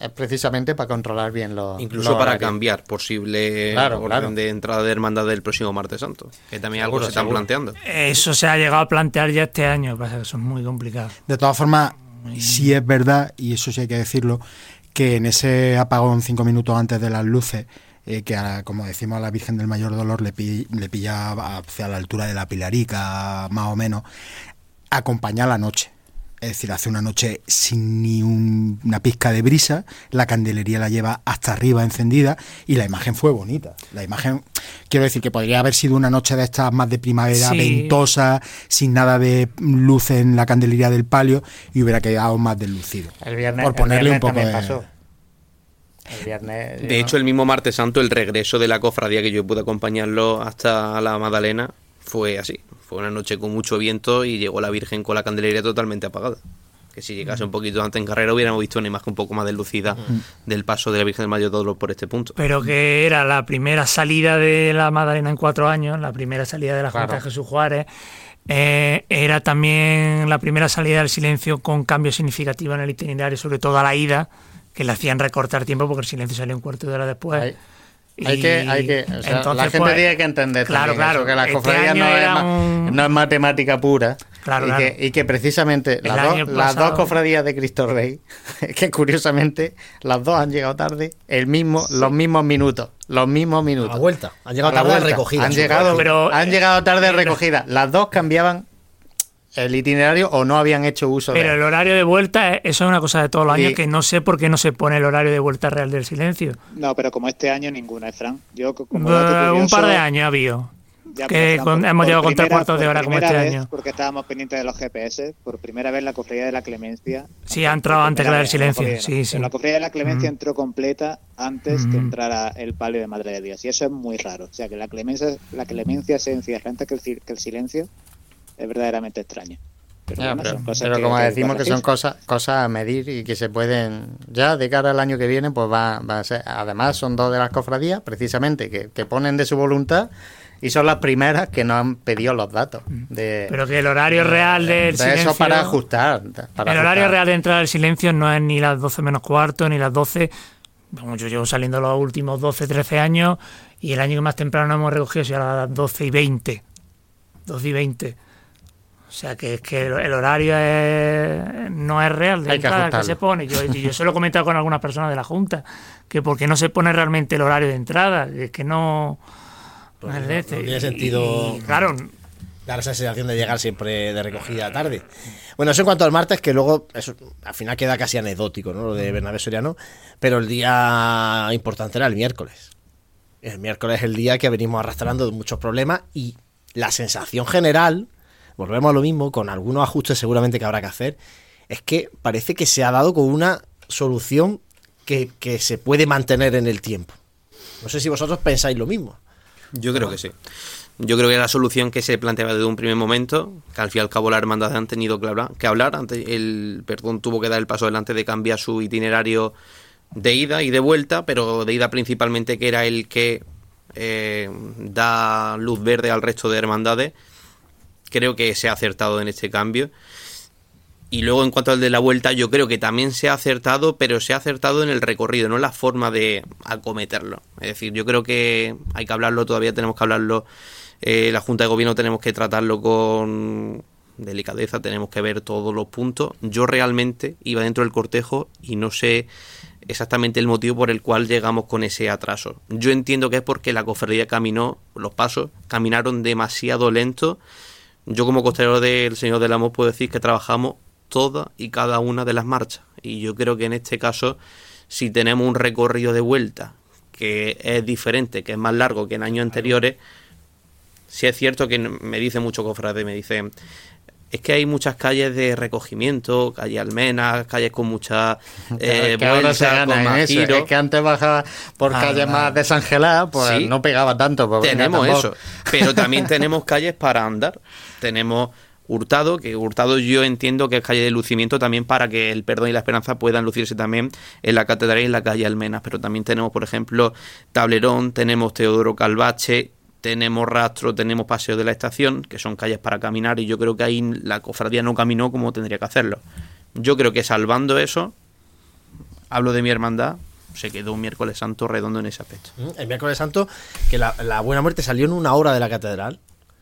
es precisamente para controlar bien los incluso los para horarios. cambiar posible orden de entrada de hermandad del próximo martes santo, que también es algo que se están planteando. Eso se ha llegado a plantear ya este año, pasa que eso es muy complicado. De todas formas, sí es verdad, y eso sí hay que decirlo, que en ese apagón 5 minutos antes de las luces, como decimos, a la Virgen del Mayor Dolor le pilla hacia la altura de la Pilarica, más o menos, acompaña la noche. Es decir, hace una noche sin ni una pizca de brisa, la candelería la lleva hasta arriba encendida y la imagen fue bonita. La imagen, quiero decir, que podría haber sido una noche de estas más de primavera, Sí. ventosa, sin nada de luz en la candelería del palio y hubiera quedado más deslucido. El viernes, por ponerle el un poco viernes de... también pasó. El viernes, De hecho, el mismo martes santo, el regreso de la cofradía, que yo pude acompañarlo hasta la Magdalena, fue así. Fue una noche con mucho viento y llegó la Virgen con la candelería totalmente apagada. Que si llegase un poquito antes en carrera hubiéramos visto una imagen un poco más deslucida del paso de la Virgen del Mayor Dolor por este punto. Pero que era la primera salida de la Magdalena en 4 años, la primera salida de la Junta de Jesús Juárez. Era también la primera salida del silencio con cambio significativo en el itinerario, sobre todo a la ida, que le hacían recortar tiempo porque el silencio salió un cuarto de hora después. Hay que o sea, entonces, la gente pues, tiene que entender claro, también eso, que la este cofradía año era no es matemática pura. Claro, y, claro. y que precisamente El las año dos pasado- cofradías de Cristo Rey, que curiosamente las dos han llegado tarde los mismos minutos. A la vuelta. Han llegado A la tarde de vuelta. recogida. Han Pero, llegado tarde de recogida. Las dos cambiaban el itinerario o no habían hecho uso Pero de el él. horario de vuelta, eso es una cosa de todos los Y- años que no sé por qué no se pone el horario de vuelta real del silencio. No, pero como este año ninguna, Fran. Yo, como dato Un curioso, par de años ha habido. ya, que pero, Fran, hemos llegado con 3/4 de por hora como este primera vez, año. Porque estábamos pendientes de los GPS, por primera vez la cofradía de la Clemencia. Sí, ha entrado antes que la del silencio. Pero Sí, sí. la cofradía de la Clemencia Mm. entró completa antes Mm. que entrara el palio de Madre de Dios. Y eso es muy raro. O sea, que la clemencia se encierra antes que el silencio es verdaderamente extraño. Pero, Ya, bueno, son cosas pero como decimos que son corregirse. cosas a medir y que se pueden ya de cara al año que viene pues va a ser. Además son dos de las cofradías precisamente que ponen de su voluntad y son las primeras que nos han pedido los datos de, Pero que el horario real del de silencio... eso para ajustar. El horario real de entrada del silencio no es ni las 12 menos cuarto, ni las 12... Bueno, yo llevo saliendo los últimos 12, 13 años y el año que más temprano hemos recogido será a las 12 y 20. 12 y 20. O sea, que es que el horario no es real de Hay que entrada que ajustarlo. se pone. Yo se lo he comentado con algunas personas de la Junta, que porque no se pone realmente el horario de entrada, es que no... Pues no es no de este. tiene sentido. Y, claro, Dar esa sensación de llegar siempre de recogida tarde. Bueno, eso en cuanto al martes, que luego eso, al final queda casi anecdótico, ¿no? Lo de Bernabé Soriano, pero el día importante era el miércoles. El miércoles es el día que venimos arrastrando de muchos problemas y la sensación general, volvemos a lo mismo, con algunos ajustes seguramente que habrá que hacer, es que parece que se ha dado con una solución que se puede mantener en el tiempo. No sé si vosotros pensáis lo mismo. Yo creo que sí. Yo creo que la solución que se planteaba desde un primer momento, que al fin y al cabo las hermandades han tenido que hablar, antes el perdón tuvo que dar el paso adelante de cambiar su itinerario de ida y de vuelta, pero de ida principalmente, que era el que da luz verde al resto de hermandades. Creo que se ha acertado en este cambio. Y luego en cuanto al de la vuelta, yo creo que también se ha acertado, pero se ha acertado en el recorrido, no en la forma de acometerlo. Es decir, yo creo que hay que hablarlo, todavía tenemos que hablarlo. La Junta de Gobierno tenemos que tratarlo con delicadeza, tenemos que ver todos los puntos. Yo realmente iba dentro del cortejo y no sé exactamente el motivo por el cual llegamos con ese atraso. Yo entiendo que es porque la cofradía los pasos caminaron demasiado lento. Yo como costalero del Señor del Amor puedo decir que trabajamos todas y cada una de las marchas, y yo creo que en este caso, si tenemos un recorrido de vuelta que es diferente, que es más largo que en años anteriores, sí es cierto que me dice mucho cofrade, me dice, es que hay muchas calles de recogimiento, calle Almenas, calles con muchas que ahora se gana con en más eso. giro. Es que antes bajaba por calles más desangeladas, pues Sí. no pegaba tanto. Pues venga, Tenemos tampoco. eso, pero también tenemos calles para andar. Tenemos Hurtado, que Hurtado yo entiendo que es calle de lucimiento también para que el perdón y la esperanza puedan lucirse también en la catedral y en la calle Almenas. Pero también tenemos, por ejemplo, Tablerón, tenemos Teodoro Calvache, tenemos Rastro, tenemos Paseo de la Estación, que son calles para caminar, y yo creo que ahí la cofradía no caminó como tendría que hacerlo. Yo creo que salvando eso, hablo de mi hermandad, se quedó un miércoles santo redondo en ese aspecto. El miércoles santo, que la Buena Muerte salió en una hora de la catedral.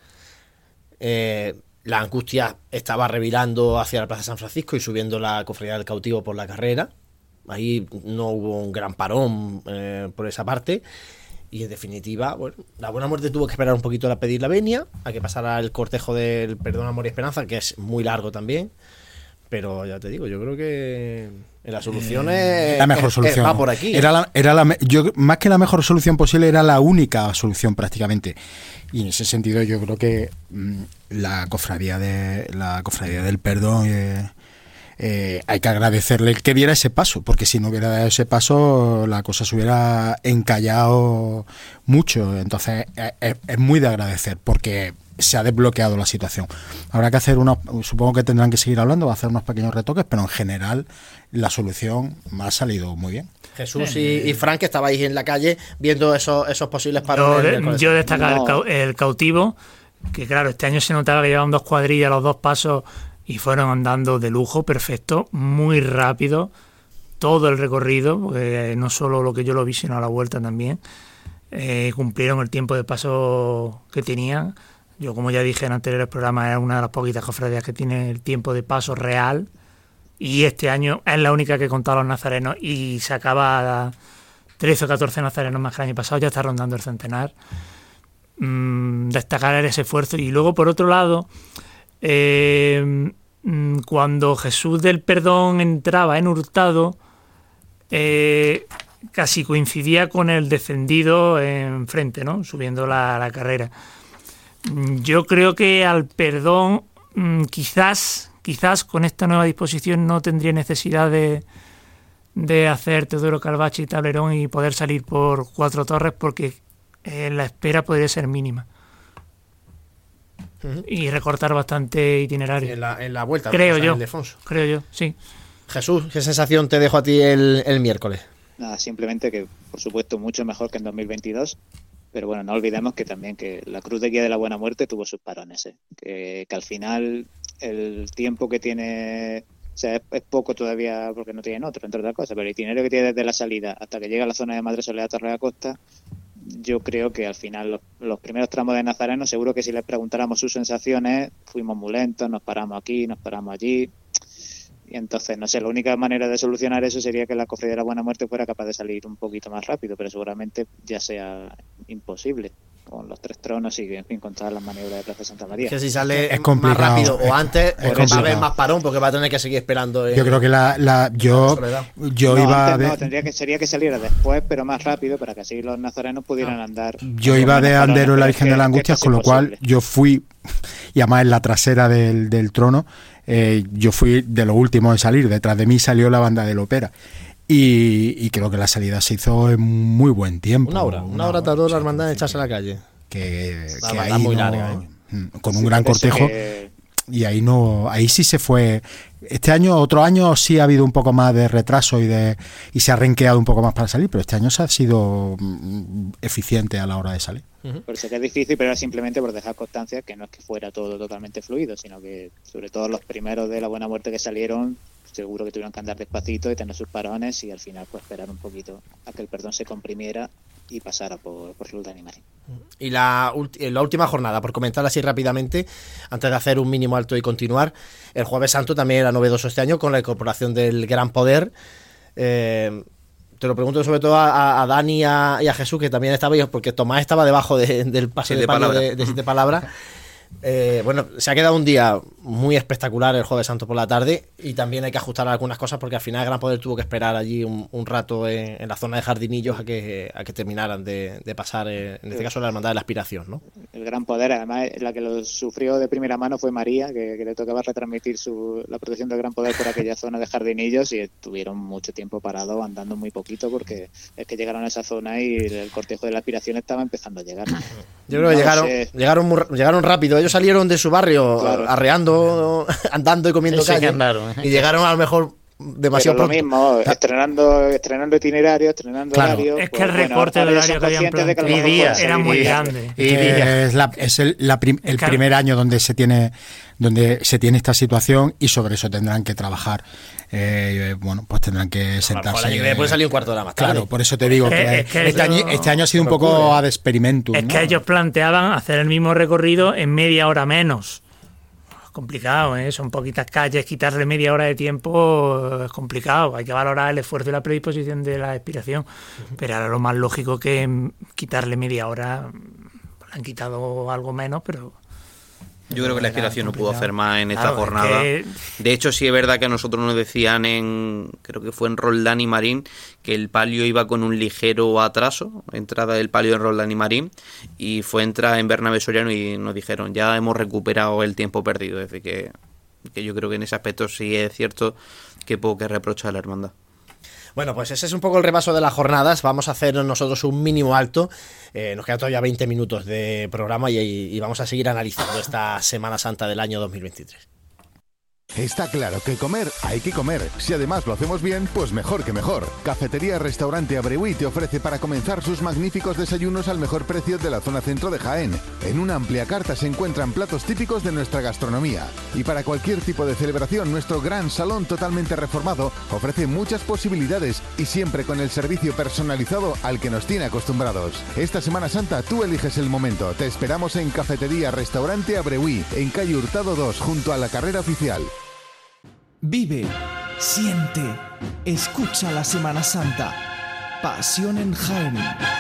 La angustia estaba revirando hacia la Plaza de San Francisco y subiendo la Cofradía del Cautivo por la carrera. Ahí no hubo un gran parón por esa parte. Y en definitiva, bueno, la Buena Muerte tuvo que esperar un poquito a pedir la venia, a que pasara el cortejo del Perdón, Amor y Esperanza, que es muy largo también. Pero ya te digo, yo creo que la solución es la mejor solución. Va por aquí. Yo, más que la mejor solución posible, era la única solución prácticamente. Y en ese sentido yo creo que la cofradía del Perdón hay que agradecerle que diera ese paso, porque si no hubiera dado ese paso la cosa se hubiera encallado mucho. Entonces es muy de agradecer, porque se ha desbloqueado la situación. Habrá que hacer supongo que tendrán que seguir hablando, va a hacer unos pequeños retoques, pero en general la solución ha salido muy bien. Jesús y Frank, que estabais en la calle viendo esos posibles parones. Yo destacar el cautivo, que claro, este año se notaba que llevaban 2 cuadrillas, los 2 pasos, y fueron andando de lujo, perfecto, muy rápido, todo el recorrido, porque no solo lo que yo lo vi, sino a la vuelta también. Cumplieron el tiempo de paso que tenían. Yo, como ya dije en anteriores programas, es una de las poquitas cofradías que tiene el tiempo de paso real, y este año es la única que he contado a los nazarenos, y sacaba a 13 o 14 nazarenos más que el año pasado, ya está rondando el centenar. Destacar ese esfuerzo. Y luego, por otro lado, cuando Jesús del Perdón entraba en Hurtado, casi coincidía con el descendido enfrente, ¿no? Subiendo la carrera. Yo creo que al Perdón quizás con esta nueva disposición no tendría necesidad de hacer Teodoro Calvache y tablerón y poder salir por 4 torres, porque la espera podría ser mínima. Y recortar bastante itinerario. En la vuelta, creo yo, sí. Jesús, ¿qué sensación te dejó a ti el miércoles? Nada, simplemente que, por supuesto, mucho mejor que en 2022. Pero bueno, no olvidemos que también que la Cruz de Guía de la Buena Muerte tuvo sus parones, que al final el tiempo que tiene, o sea, es poco todavía porque no tienen otro, entre otras cosas, pero el itinerario que tiene desde la salida hasta que llega a la zona de Madre Soledad Torre de la Costa, yo creo que al final los primeros tramos de Nazareno, seguro que si les preguntáramos sus sensaciones, fuimos muy lentos, nos paramos aquí, nos paramos allí. Y entonces, no sé, la única manera de solucionar eso sería que la Cofradía de la Buena Muerte fuera capaz de salir un poquito más rápido, pero seguramente ya sea imposible con los 3 tronos y, en fin, con todas las maniobras de Plaza Santa María. Que si sale es más rápido o antes, va a haber más parón, porque va a tener que seguir esperando. Yo creo que sería que saliera después, pero más rápido, para que así los nazarenos pudieran andar. Yo iba de andero en la Virgen de la Angustia, con lo cual yo fui, y además en la trasera del trono, yo fui de los últimos en salir. Detrás de mí salió la banda del Ópera. Y creo que la salida se hizo en muy buen tiempo. Una hora tardó la hermandad en echarse a la calle. Que ahí muy larga, con un gran cortejo. Y ahí sí se fue. Este año, otro año sí ha habido un poco más de retraso y se ha renqueado un poco más para salir, pero este año se ha sido eficiente a la hora de salir. Por eso que es difícil, pero era simplemente por dejar constancia que no es que fuera todo totalmente fluido, sino que sobre todo los primeros de la Buena Muerte que salieron, seguro que tuvieron que andar despacito y tener sus parones, y al final pues esperar un poquito a que el Perdón se comprimiera y pasara por Ruta Animal. Y la última jornada, por comentar así rápidamente, antes de hacer un mínimo alto y continuar, el Jueves Santo también era novedoso este año con la incorporación del Gran Poder. Te lo pregunto sobre todo a Dani y a Jesús, que también estabais, porque Tomás estaba debajo del paso de palio de 7 palabras. Bueno, se ha quedado un día muy espectacular el Jueves Santo por la tarde, y también hay que ajustar algunas cosas porque al final el Gran Poder tuvo que esperar allí un rato en la zona de Jardinillos a que terminaran de pasar, en este caso la Hermandad de la Aspiración, ¿no? El Gran Poder, además la que lo sufrió de primera mano fue María, que le tocaba retransmitir la protección del Gran Poder por aquella zona de Jardinillos, y estuvieron mucho tiempo parados, andando muy poquito, porque es que llegaron a esa zona y el cortejo de la Aspiración estaba empezando a llegar. Yo creo que llegaron rápido. Ellos salieron de su barrio, claro, arreando, andando y comiendo calle, y llegaron a lo mejor demasiado Pero lo pronto. mismo, estrenando itinerarios, estrenando Claro. horarios. Es que el recorte de ahora ya horario son que habían conscientes de que a lo planteado. mejor Y días, pueden era salir muy días. grande. Es el Claro. primer año donde se tiene esta situación, y sobre eso tendrán que trabajar. Pues tendrán que A lo mejor sentarse. el año que viene puede salir un cuarto de hora más tarde. Claro, por eso te digo que, Es que este año ha sido un poco ad experimentum. Es ¿no? que ellos planteaban hacer el mismo recorrido en media hora menos. Complicado, ¿eh? Son poquitas calles, quitarle media hora de tiempo es complicado. Hay que valorar el esfuerzo y la predisposición de la expiración. Pero ahora lo más lógico que quitarle media hora, le han quitado algo menos, pero... Yo creo que la expiración no pudo complicado. hacer más en esta Claro, es jornada. que- De hecho, sí es verdad que a nosotros nos decían creo que fue en Roldán y Marín, que el palio iba con un ligero atraso, entrada del palio en Roldán y Marín, y fue entrada en Bernabé Soriano y nos dijeron, ya hemos recuperado el tiempo perdido. Es decir, que yo creo que en ese aspecto sí es cierto que poco que reprochar a la hermandad. Bueno, pues ese es un poco el repaso de las jornadas. Vamos a hacer nosotros un mínimo alto. Nos quedan todavía 20 minutos de programa y vamos a seguir analizando esta Semana Santa del año 2023. Está claro que comer hay que comer. Si además lo hacemos bien, pues mejor que mejor. Cafetería Restaurante Abreuí te ofrece para comenzar sus magníficos desayunos al mejor precio de la zona centro de Jaén. En una amplia carta se encuentran platos típicos de nuestra gastronomía. Y para cualquier tipo de celebración, nuestro gran salón totalmente reformado ofrece muchas posibilidades y siempre con el servicio personalizado al que nos tiene acostumbrados. Esta Semana Santa tú eliges el momento. Te esperamos en Cafetería Restaurante Abreuí, en calle Hurtado 2, junto a la carrera oficial. Vive, siente, escucha la Semana Santa. Pasión en Jaén.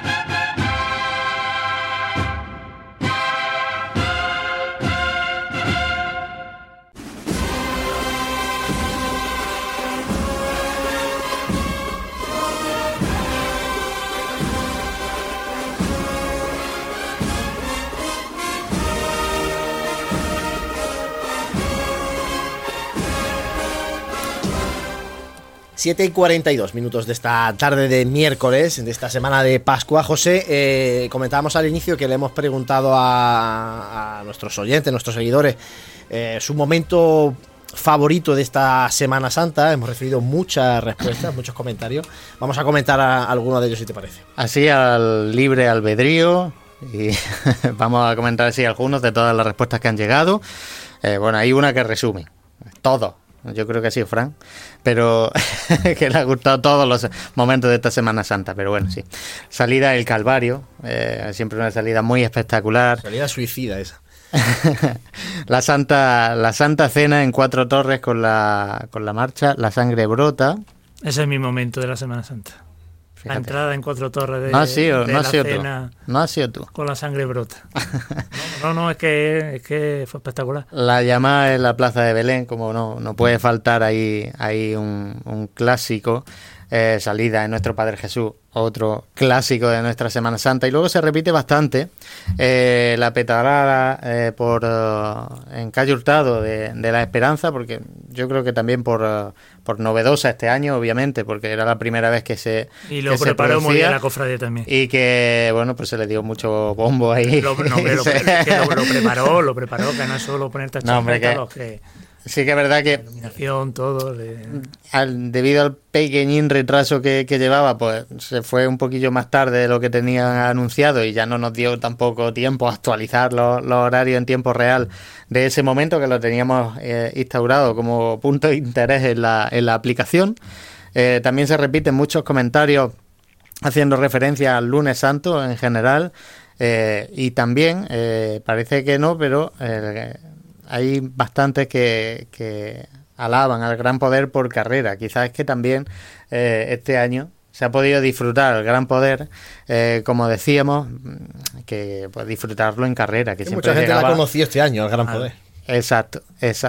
Siete y 42 minutos de esta tarde de miércoles, de esta semana de Pascua. José, comentábamos al inicio que le hemos preguntado a nuestros oyentes, nuestros seguidores, su momento favorito de esta Semana Santa. Hemos recibido muchas respuestas, muchos comentarios. Vamos a comentar algunos de ellos, si te parece. Así al libre albedrío, y vamos a comentar así algunos de todas las respuestas que han llegado. Hay una que resume todo. Yo creo que ha sido Fran, pero que le ha gustado todos los momentos de esta Semana Santa. Pero bueno, sí. Salida del Calvario, siempre una salida muy espectacular. Salida suicida esa. La Santa Cena en Cuatro Torres con la marcha La Sangre Brota. Ese es mi momento de la Semana Santa. Fíjate. La entrada en Cuatro Torres de, No ha sido, de no ha la sido tú. cena No ha sido tú. con la sangre brota. No, es que fue espectacular. La llamada en la Plaza de Belén, como no puede faltar ahí un clásico. Salida en Nuestro Padre Jesús, otro clásico de nuestra Semana Santa, y luego se repite bastante la petarada en calle Hurtado de la Esperanza, porque yo creo que también por novedosa este año, obviamente, porque era la primera vez que se Y lo que se preparó muy producía, bien la cofradía también. y que pues se le dio mucho bombo ahí. Lo preparó, que no es solo ponerte a No, hombre, que Sí que es verdad que iluminación, todo. debido al pequeñín retraso que llevaba, pues se fue un poquillo más tarde de lo que tenían anunciado, y ya no nos dio tampoco tiempo a actualizar los horarios en tiempo real de ese momento, que lo teníamos instaurado como punto de interés en la aplicación. También se repiten muchos comentarios haciendo referencia al Lunes Santo en general, y también parece que no, pero hay bastantes que alaban al Gran Poder por carrera. Quizás es que también este año se ha podido disfrutar el Gran Poder, como decíamos, que pues disfrutarlo en carrera. Que mucha gente la ha conocido este año, el Gran Poder. Exacto.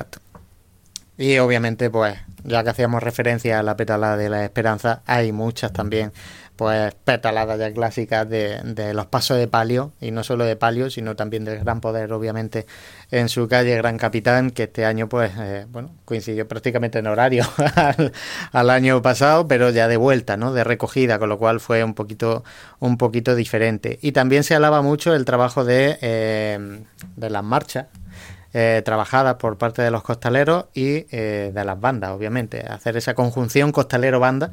Y obviamente, pues, ya que hacíamos referencia a la petalada de la Esperanza, hay muchas también, pues, petaladas ya clásicas de los pasos de palio, y no solo de palio, sino también del Gran Poder, obviamente, en su calle Gran Capitán, que este año, pues, coincidió prácticamente en horario al año pasado, pero ya de vuelta, ¿no?, de recogida, con lo cual fue un poquito diferente. Y también se alaba mucho el trabajo de las marchas, trabajadas por parte de los costaleros y de las bandas, obviamente. Hacer esa conjunción costalero-banda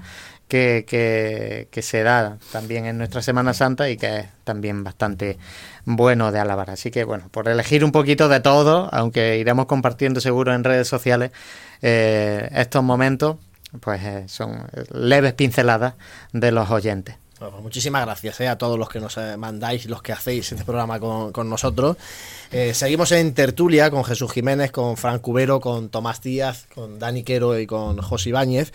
que se da también en nuestra Semana Santa y que es también bastante bueno de alabar. Así que, bueno, por elegir un poquito de todo, aunque iremos compartiendo seguro en redes sociales estos momentos, pues son leves pinceladas de los oyentes. Bueno, pues muchísimas gracias a todos los que nos mandáis, los que hacéis este programa con nosotros. Seguimos en tertulia con Jesús Jiménez, con Fran Cubero, con Tomás Díaz, con Dani Quero y con José Ibáñez.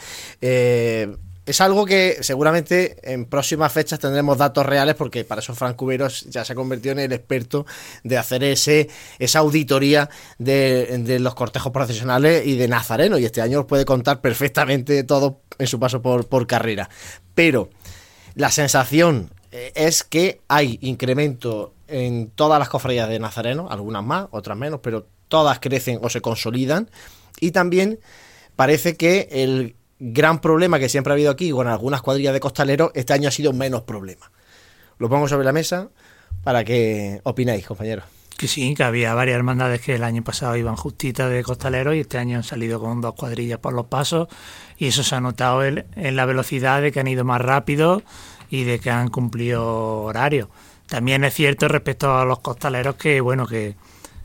Es algo que seguramente en próximas fechas tendremos datos reales, porque para eso Fran Cubero ya se ha convertido en el experto de hacer esa auditoría de los cortejos procesionales y de Nazareno, y este año os puede contar perfectamente todo en su paso por carrera. Pero la sensación es que hay incremento en todas las cofradías de Nazareno, algunas más, otras menos, pero todas crecen o se consolidan, y también parece que el gran problema que siempre ha habido aquí con algunas cuadrillas de costaleros, este año ha sido menos problema. Lo pongo sobre la mesa para que opinéis, compañeros. Que sí, que había varias hermandades que el año pasado iban justitas de costaleros y este año han salido con 2 cuadrillas por los pasos, y eso se ha notado en la velocidad de que han ido más rápido y de que han cumplido horario. También es cierto respecto a los costaleros que, bueno, que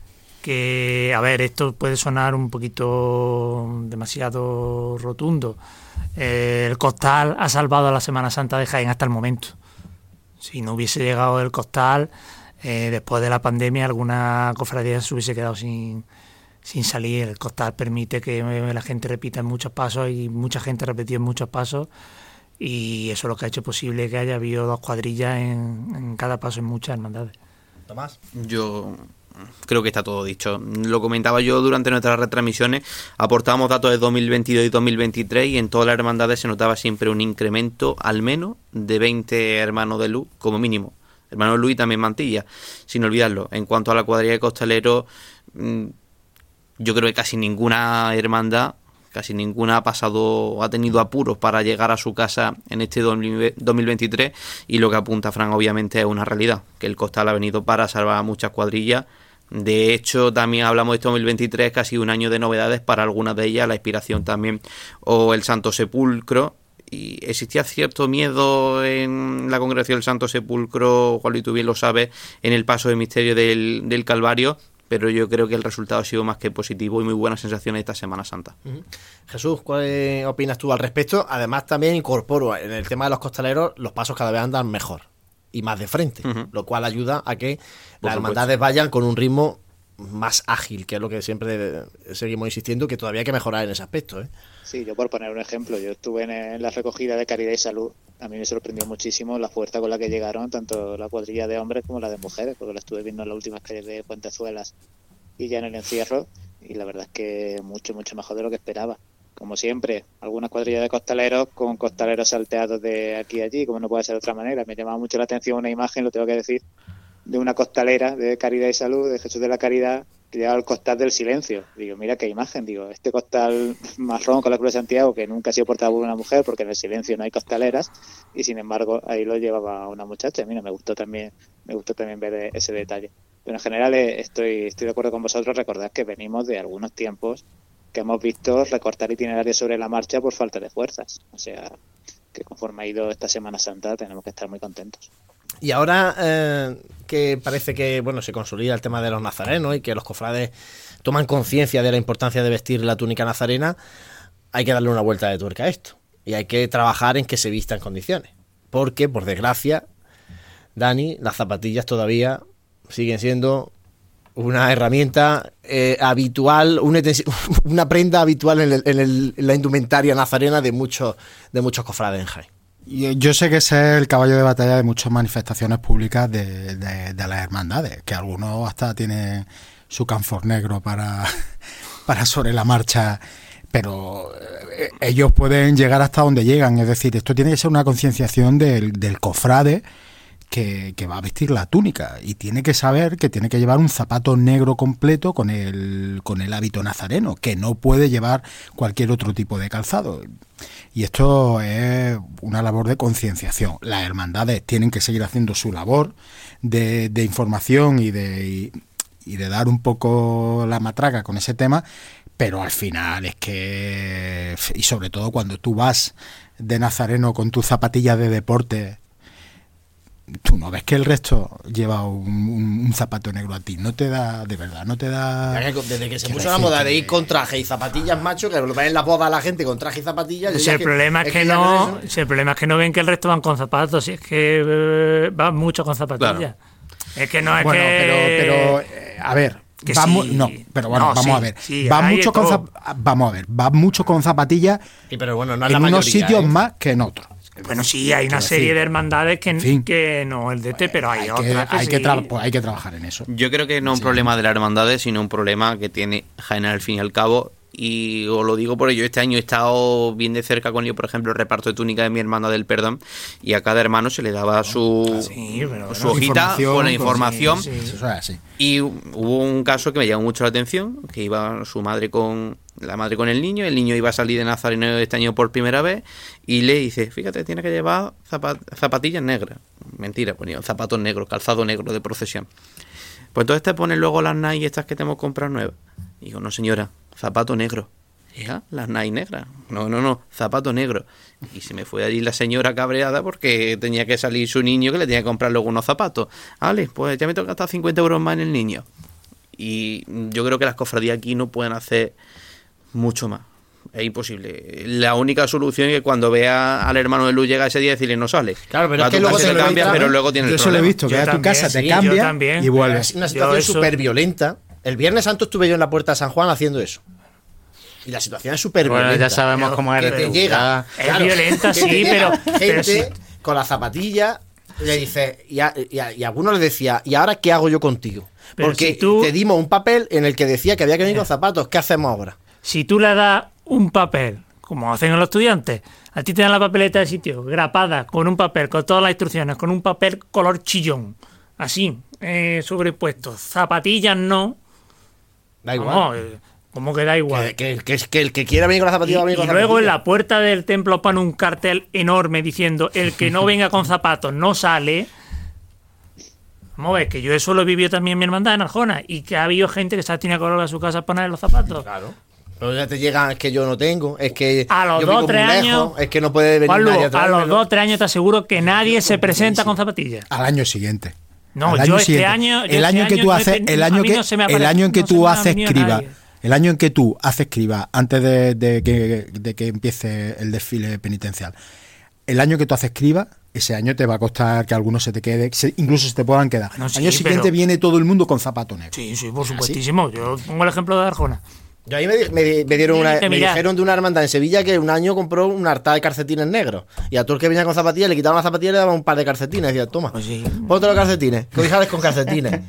a ver, esto puede sonar un poquito demasiado rotundo. El costal ha salvado a la Semana Santa de Jaén hasta el momento. Si no hubiese llegado el costal, después de la pandemia, alguna cofradía se hubiese quedado sin salir. El costal permite que la gente repita en muchos pasos, y mucha gente repetió en muchos pasos, y eso es lo que ha hecho posible que haya habido 2 cuadrillas en cada paso en muchas hermandades. Tomás. Yo creo que está todo dicho. Lo comentaba yo durante nuestras retransmisiones, aportábamos datos de 2022 y 2023 y en todas las hermandades se notaba siempre un incremento al menos de 20 hermanos de luz como mínimo. Hermanos de luz y también mantilla, sin olvidarlo. En cuanto a la cuadrilla de costaleros, yo creo que casi ninguna hermandad, ha tenido apuros para llegar a su casa en este 2023, y lo que apunta Fran obviamente es una realidad, que el costal ha venido para salvar a muchas cuadrillas. De hecho, también hablamos de este 2023, que ha sido un año de novedades para algunas de ellas, la Inspiración también, o el Santo Sepulcro, y existía cierto miedo en la congregación del Santo Sepulcro, Juan Luis, tú bien lo sabes, en el paso de misterio del Calvario, pero yo creo que el resultado ha sido más que positivo y muy buenas sensaciones esta Semana Santa. Jesús, ¿cuál opinas tú al respecto? Además, también incorporo en el tema de los costaleros, los pasos cada vez andan mejor y más de frente, lo cual ayuda a que las hermandades vayan con un ritmo más ágil, que es lo que siempre seguimos insistiendo, que todavía hay que mejorar en ese aspecto, ¿eh? Sí, yo por poner un ejemplo, yo estuve en la recogida de Caridad y Salud. A mí me sorprendió muchísimo la fuerza con la que llegaron tanto la cuadrilla de hombres como la de mujeres, porque la estuve viendo en las últimas calles de Puentezuelas y ya en el encierro, y la verdad es que mucho mejor de lo que esperaba. Como siempre, algunas cuadrillas de costaleros con costaleros salteados de aquí a allí, como no puede ser de otra manera. Me llamaba mucho la atención una imagen, lo tengo que decir, de una costalera de Caridad y Salud, de Jesús de la Caridad, que llevaba el costal del silencio. Digo, mira qué imagen, digo, este costal marrón con la Cruz de Santiago, que nunca ha sido portado por una mujer, porque en el silencio no hay costaleras, y sin embargo ahí lo llevaba una muchacha. Mira, me gustó también ver ese detalle. Pero en general estoy de acuerdo con vosotros. Recordad que venimos de algunos tiempos que hemos visto recortar itinerarios sobre la marcha por falta de fuerzas. O sea, que conforme ha ido esta Semana Santa tenemos que estar muy contentos. Y ahora que parece que se consolida el tema de los nazarenos y que los cofrades toman conciencia de la importancia de vestir la túnica nazarena, hay que darle una vuelta de tuerca a esto. Y hay que trabajar en que se vista en condiciones. Porque, por desgracia, Dani, las zapatillas todavía siguen siendo una herramienta habitual, una prenda habitual en la indumentaria nazarena de muchos cofrades en Jaén. Yo sé que ese es el caballo de batalla de muchas manifestaciones públicas de las hermandades, que algunos hasta tienen su canfor negro para sobre la marcha, pero ellos pueden llegar hasta donde llegan. Es decir, esto tiene que ser una concienciación del cofrade que va a vestir la túnica, y tiene que saber que tiene que llevar un zapato negro completo con el hábito nazareno, que no puede llevar cualquier otro tipo de calzado. Y esto es una labor de concienciación. Las hermandades tienen que seguir haciendo su labor de información y y de dar un poco la matraca con ese tema, pero al final es que, y sobre todo cuando tú vas de nazareno con tus zapatillas de deporte, tú no ves que el resto lleva un zapato negro a ti, no te da, de verdad, no te da... Desde que se puso la moda de ir con traje y zapatillas, macho, que lo ven en las bodas a la gente con traje y zapatillas... Si el problema es que no ven que el resto van con zapatos, si es que van mucho con zapatillas. Claro. Es que no es bueno, que... pero a ver... Vamos a ver. Sí, va mucho con zapatillas pero bueno, no es en la mayoría, unos sitios más que en otros. Bueno, sí, hay una serie de hermandades que no el de este, pero hay otras hay que trabajar en eso. Yo creo que no es un problema de las hermandades, sino un problema que tiene Jaén al fin y al cabo. Y os lo digo por ello, este año he estado bien de cerca con ello, por ejemplo, el reparto de túnica de mi hermana del Perdón, y a cada hermano se le daba su hojita con la información. Y hubo un caso que me llamó mucho la atención, que iba su madre la madre con el niño iba a salir de Nazareno este año por primera vez, y le dice, fíjate, tiene que llevar zapatillas negras. Mentira, ponía zapatos negros, calzado negro de procesión. Pues entonces te ponen luego las Nike estas que te hemos comprado nuevas. Y digo, no señora, zapato negro. ¿Ya? Las Nike negras. No, zapato negro. Y se me fue allí la señora cabreada porque tenía que salir su niño, que le tenía que comprar luego unos zapatos. Vale, pues ya me toca gastar 50 euros más en el niño. Y yo creo que las cofradías aquí no pueden hacer mucho más. Es imposible. La única solución es que cuando vea al hermano de luz llega ese día decirle no sale. Claro, pero es que luego se le cambia, pero luego tiene el problema. Yo se lo he visto, que a tu casa te cambia y vuelves. Es una situación súper violenta. El Viernes Santo estuve yo en la Puerta de San Juan haciendo eso. Y la situación es súper violenta. Bueno, ya sabemos cómo es. Te llega. Es violenta, sí, pero... Gente con la zapatilla le dice... Y a alguno le decía, ¿y ahora qué hago yo contigo? Pero porque si tú... te dimos un papel en el que decía que había que venir con zapatos. ¿Qué hacemos ahora? Si tú le das un papel, como hacen los estudiantes, a ti te dan la papeleta de sitio, grapada, con un papel, con todas las instrucciones, con un papel color chillón, así, sobrepuesto. Zapatillas no. Da igual. No, ¿cómo que da igual? Que el que quiera venir con las zapatillas va a venir con las luego zapatillas. En la puerta del templo ponen un cartel enorme diciendo el que no venga con zapatos no sale. Vamos a ver, que yo eso lo he vivido también en mi hermandad en Arjona, y que ha habido gente que se ha tenido que volver a su casa a poner los zapatos. Claro. Pero ya te llegan, es que yo no tengo, es que a los 2 o 3 años, es que no puede venir Pablo, nadie atrás. A los 2 o 3 años te aseguro que nadie se presenta con zapatillas. Al año siguiente. No, yo este año... El año en que tú haces... El año en que tú haces criba... El año en que tú haces criba antes de que empiece el desfile penitencial, el año que tú haces criba, ese año te va a costar que algunos se te quede, incluso se te puedan quedar. No, sí, el año siguiente viene todo el mundo con zapato negro. Sí, por supuestísimo. ¿Sí? Yo pongo el ejemplo de Arjona. Yo ahí me dijeron de una hermandad en Sevilla que un año compró un harta de calcetines negros. Y a todo el que venía con zapatillas le quitaban las zapatillas y le daban un par de calcetines. Decía, toma, ponte los calcetines, que hoy sales con calcetines.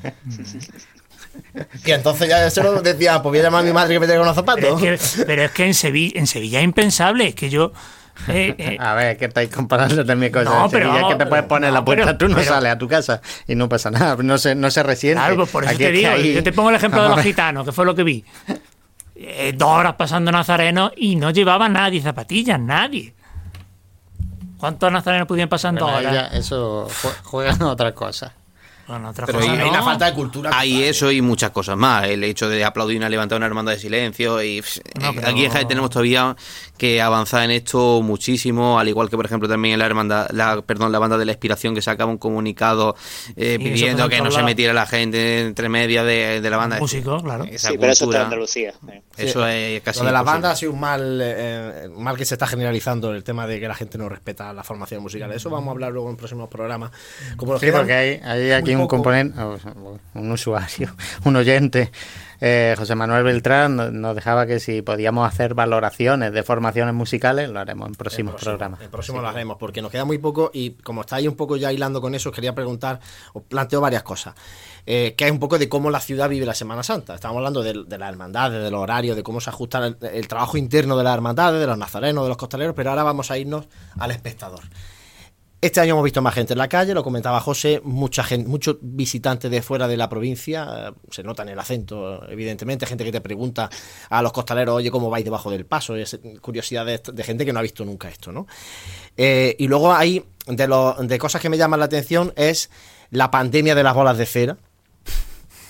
Y entonces ya se lo decía, pues voy a llamar a mi madre que me traiga unos zapatos. Pero es que en Sevilla es impensable, es que yo... A ver, que estáis comparando también cosas. No, pero Sevilla, que te puedes poner la puerta, tú no sales a tu casa y no pasa nada, no se resiente. Claro, pues por eso te digo, yo te pongo el ejemplo de los gitanos, que fue lo que vi. 2 horas pasando Nazareno y no llevaba nadie zapatillas, nadie. ¿Cuántos nazarenos podían pasar en 2 horas? Eso juegan otras cosas. Bueno, pero hay una falta de cultura. Hay eso y muchas cosas más. El hecho de aplaudir una levantar una hermandad de silencio. Y aquí en Jaén tenemos todavía que avanzar en esto muchísimo. Al igual que, por ejemplo, también en la banda de la Inspiración, que sacaba un comunicado pidiendo que no se metiera la gente entre medias de la banda. Músico, claro. Sí, pero eso está en Andalucía. Eso es casi. Lo de las bandas ha sido un mal que se está generalizando, el tema de que la gente no respeta la formación musical. Eso vamos a hablar luego en próximos programas. Como los porque hay aquí un componente, un usuario, un oyente, José Manuel Beltrán, nos dejaba que si podíamos hacer valoraciones de formaciones musicales, lo haremos en próximos programas. El próximo lo haremos, porque nos queda muy poco y como estáis un poco ya hilando con eso, os quería preguntar, os planteo varias cosas, que es un poco de cómo la ciudad vive la Semana Santa. Estamos hablando de las hermandades, de los horarios, de cómo se ajusta el trabajo interno de las hermandades, de los nazarenos, de los costaleros, pero ahora vamos a irnos al espectador. Este año hemos visto más gente en la calle, lo comentaba José, mucha gente, muchos visitantes de fuera de la provincia, se nota en el acento, evidentemente, gente que te pregunta a los costaleros, oye, ¿cómo vais debajo del paso? Es curiosidad de gente que no ha visto nunca esto, ¿no? Y luego hay, de cosas que me llaman la atención, es la pandemia de las bolas de cera.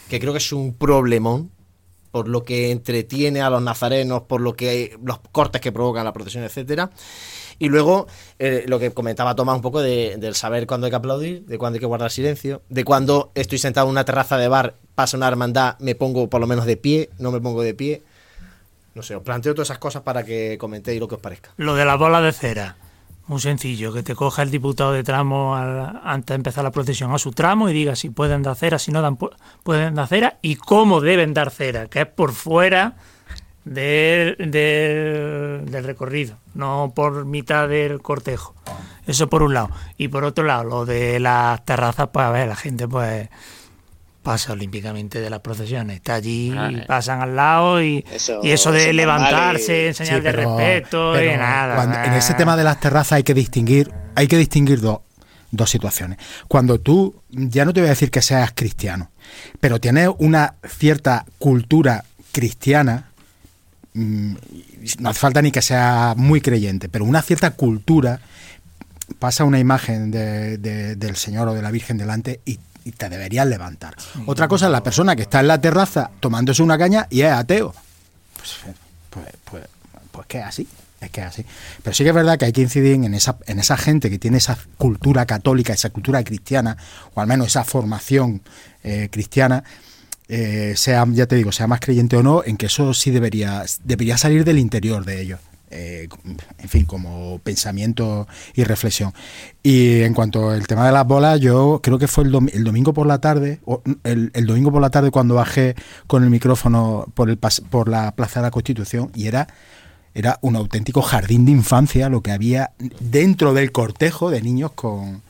que creo que es un problemón, por lo que entretiene a los nazarenos, por lo que los cortes que provocan la procesión, etcétera. Y luego lo que comentaba Tomás un poco del saber cuándo hay que aplaudir, de cuándo hay que guardar silencio, de cuando estoy sentado en una terraza de bar, pasa una hermandad, me pongo por lo menos de pie, no me pongo de pie. No sé, os planteo todas esas cosas para que comentéis lo que os parezca. Lo de las bolas de cera, muy sencillo, que te coja el diputado de tramo antes de empezar la procesión a su tramo y diga si pueden dar cera, si no pueden dar cera y cómo deben dar cera, que es por fuera del recorrido, no por mitad del cortejo. Eso por un lado. Y por otro lado, lo de las terrazas, pues a ver, la gente pues pasa olímpicamente de las procesiones, está allí, pasan al lado y eso de levantarse, enseñar de respeto y nada. En ese tema de las terrazas hay que distinguir dos situaciones. Cuando tú, ya no te voy a decir que seas cristiano, pero tienes una cierta cultura cristiana, no hace falta ni que sea muy creyente, pero una cierta cultura, pasa una imagen del Señor o de la Virgen delante y te deberías levantar. Otra cosa es la persona que está en la terraza tomándose una caña y es ateo. Pues que es así. Es que es así. Pero sí que es verdad que hay que incidir en esa gente que tiene esa cultura católica, esa cultura cristiana, o al menos esa formación cristiana, sea, ya te digo, sea más creyente o no, en que eso sí debería salir del interior de ellos. En fin, como pensamiento y reflexión. Y en cuanto al tema de las bolas, yo creo que fue el domingo por la tarde, el domingo por la tarde cuando bajé con el micrófono por la Plaza de la Constitución, y era un auténtico jardín de infancia lo que había dentro del cortejo de niños con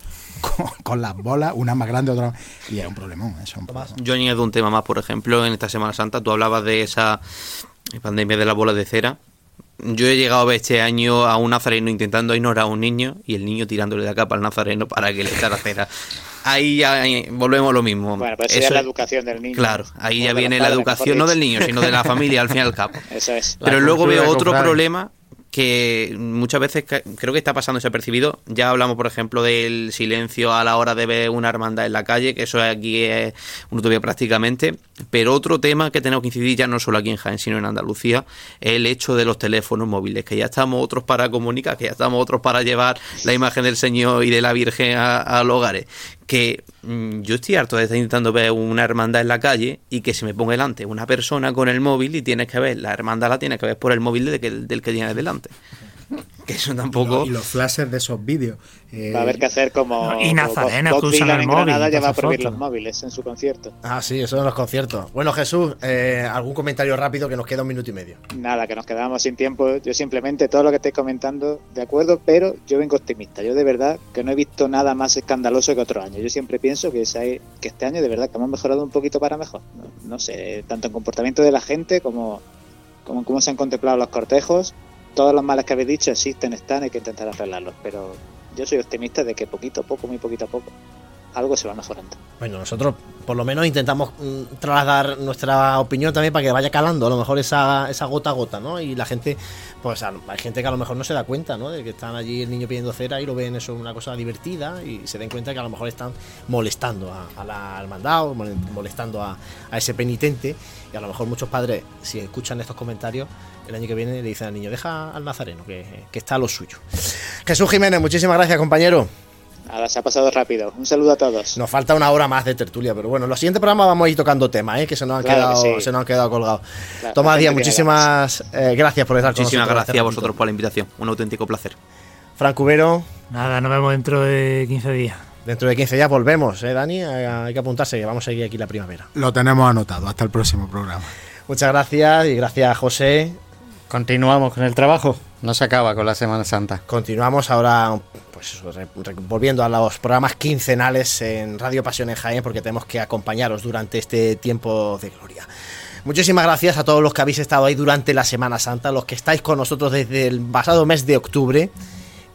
las bolas, una más grande, otra más, y era un problemón. Yo añado un tema más, por ejemplo, en esta Semana Santa, tú hablabas de esa pandemia de las bolas de cera. Yo he llegado a ver este año a un nazareno intentando ignorar a un niño y el niño tirándole la capa al nazareno para que le echara cera. Ahí ya volvemos a lo mismo. Bueno, pues eso ya es la educación del niño. Claro, ahí ya viene la educación, no del niño, sino de la familia, al fin y al cabo. Eso es. Pero luego veo otro problema que muchas veces creo que está pasando desapercibido. Ya hablamos, por ejemplo, del silencio a la hora de ver una hermandad en la calle, que eso aquí es una utopía prácticamente. Pero otro tema que tenemos que incidir ya no solo aquí en Jaén, sino en Andalucía, es el hecho de los teléfonos móviles, que ya estamos otros para comunicar, que ya estamos otros para llevar la imagen del Señor y de la Virgen a los hogares. Que yo estoy harto de estar intentando ver una hermandad en la calle y que se me ponga delante una persona con el móvil y tienes que ver, la hermandad la tienes que ver por el móvil del que tienes delante. Que eso tampoco... Y los flashes de esos vídeos. Va a haber que hacer como... Y nazarenos que usan el móvil. Granada ya va a prohibir los móviles en su concierto. Ah, sí, eso en los conciertos. Bueno, Jesús, algún comentario rápido, que nos queda 1 minuto y medio. Nada, que nos quedamos sin tiempo. Yo simplemente, todo lo que estáis comentando, de acuerdo, pero yo vengo optimista. Yo de verdad que no he visto nada más escandaloso que otro año. Yo siempre pienso que este año de verdad que hemos mejorado un poquito para mejor. No sé, tanto en comportamiento de la gente como cómo se han contemplado los cortejos. Todos los males que habéis dicho existen, están, hay que intentar arreglarlos, pero yo soy optimista de que poquito a poco, muy poquito a poco, algo se va mejorando. Bueno, nosotros por lo menos intentamos trasladar nuestra opinión también para que vaya calando a lo mejor esa gota a gota, ¿no? Y la gente, pues hay gente que a lo mejor no se da cuenta, ¿no? De que están allí el niño pidiendo cera y lo ven eso una cosa divertida y se den cuenta que a lo mejor están molestando a la hermandad o molestando a ese penitente, y a lo mejor muchos padres, si escuchan estos comentarios, el año que viene le dicen al niño, deja al nazareno, que está a lo suyo. Jesús Jiménez, muchísimas gracias, compañero. Nada, se ha pasado rápido. Un saludo a todos. Nos falta 1 hora más de tertulia, pero bueno, en los siguientes programas vamos a ir tocando temas, que se nos han quedado colgados. Claro, Tomás Díaz, muchísimas gracias por estar con nosotros. Muchísimas gracias a vosotros por la invitación. Un auténtico placer. Fran Cubero. Nada, nos vemos dentro de 15 días. Dentro de 15 días volvemos, Dani, hay que apuntarse, que vamos a seguir aquí la primavera. Lo tenemos anotado, hasta el próximo programa. Muchas gracias y gracias, José. Continuamos con el trabajo, no se acaba con la Semana Santa. Continuamos ahora, pues volviendo a los programas quincenales en Radio Pasión en Jaén, porque tenemos que acompañaros durante este tiempo de gloria. Muchísimas gracias a todos los que habéis estado ahí durante la Semana Santa, los que estáis con nosotros desde el pasado mes de octubre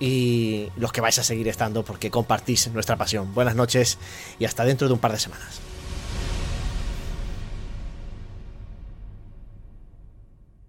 y los que vais a seguir estando porque compartís nuestra pasión. Buenas noches y hasta dentro de un par de semanas.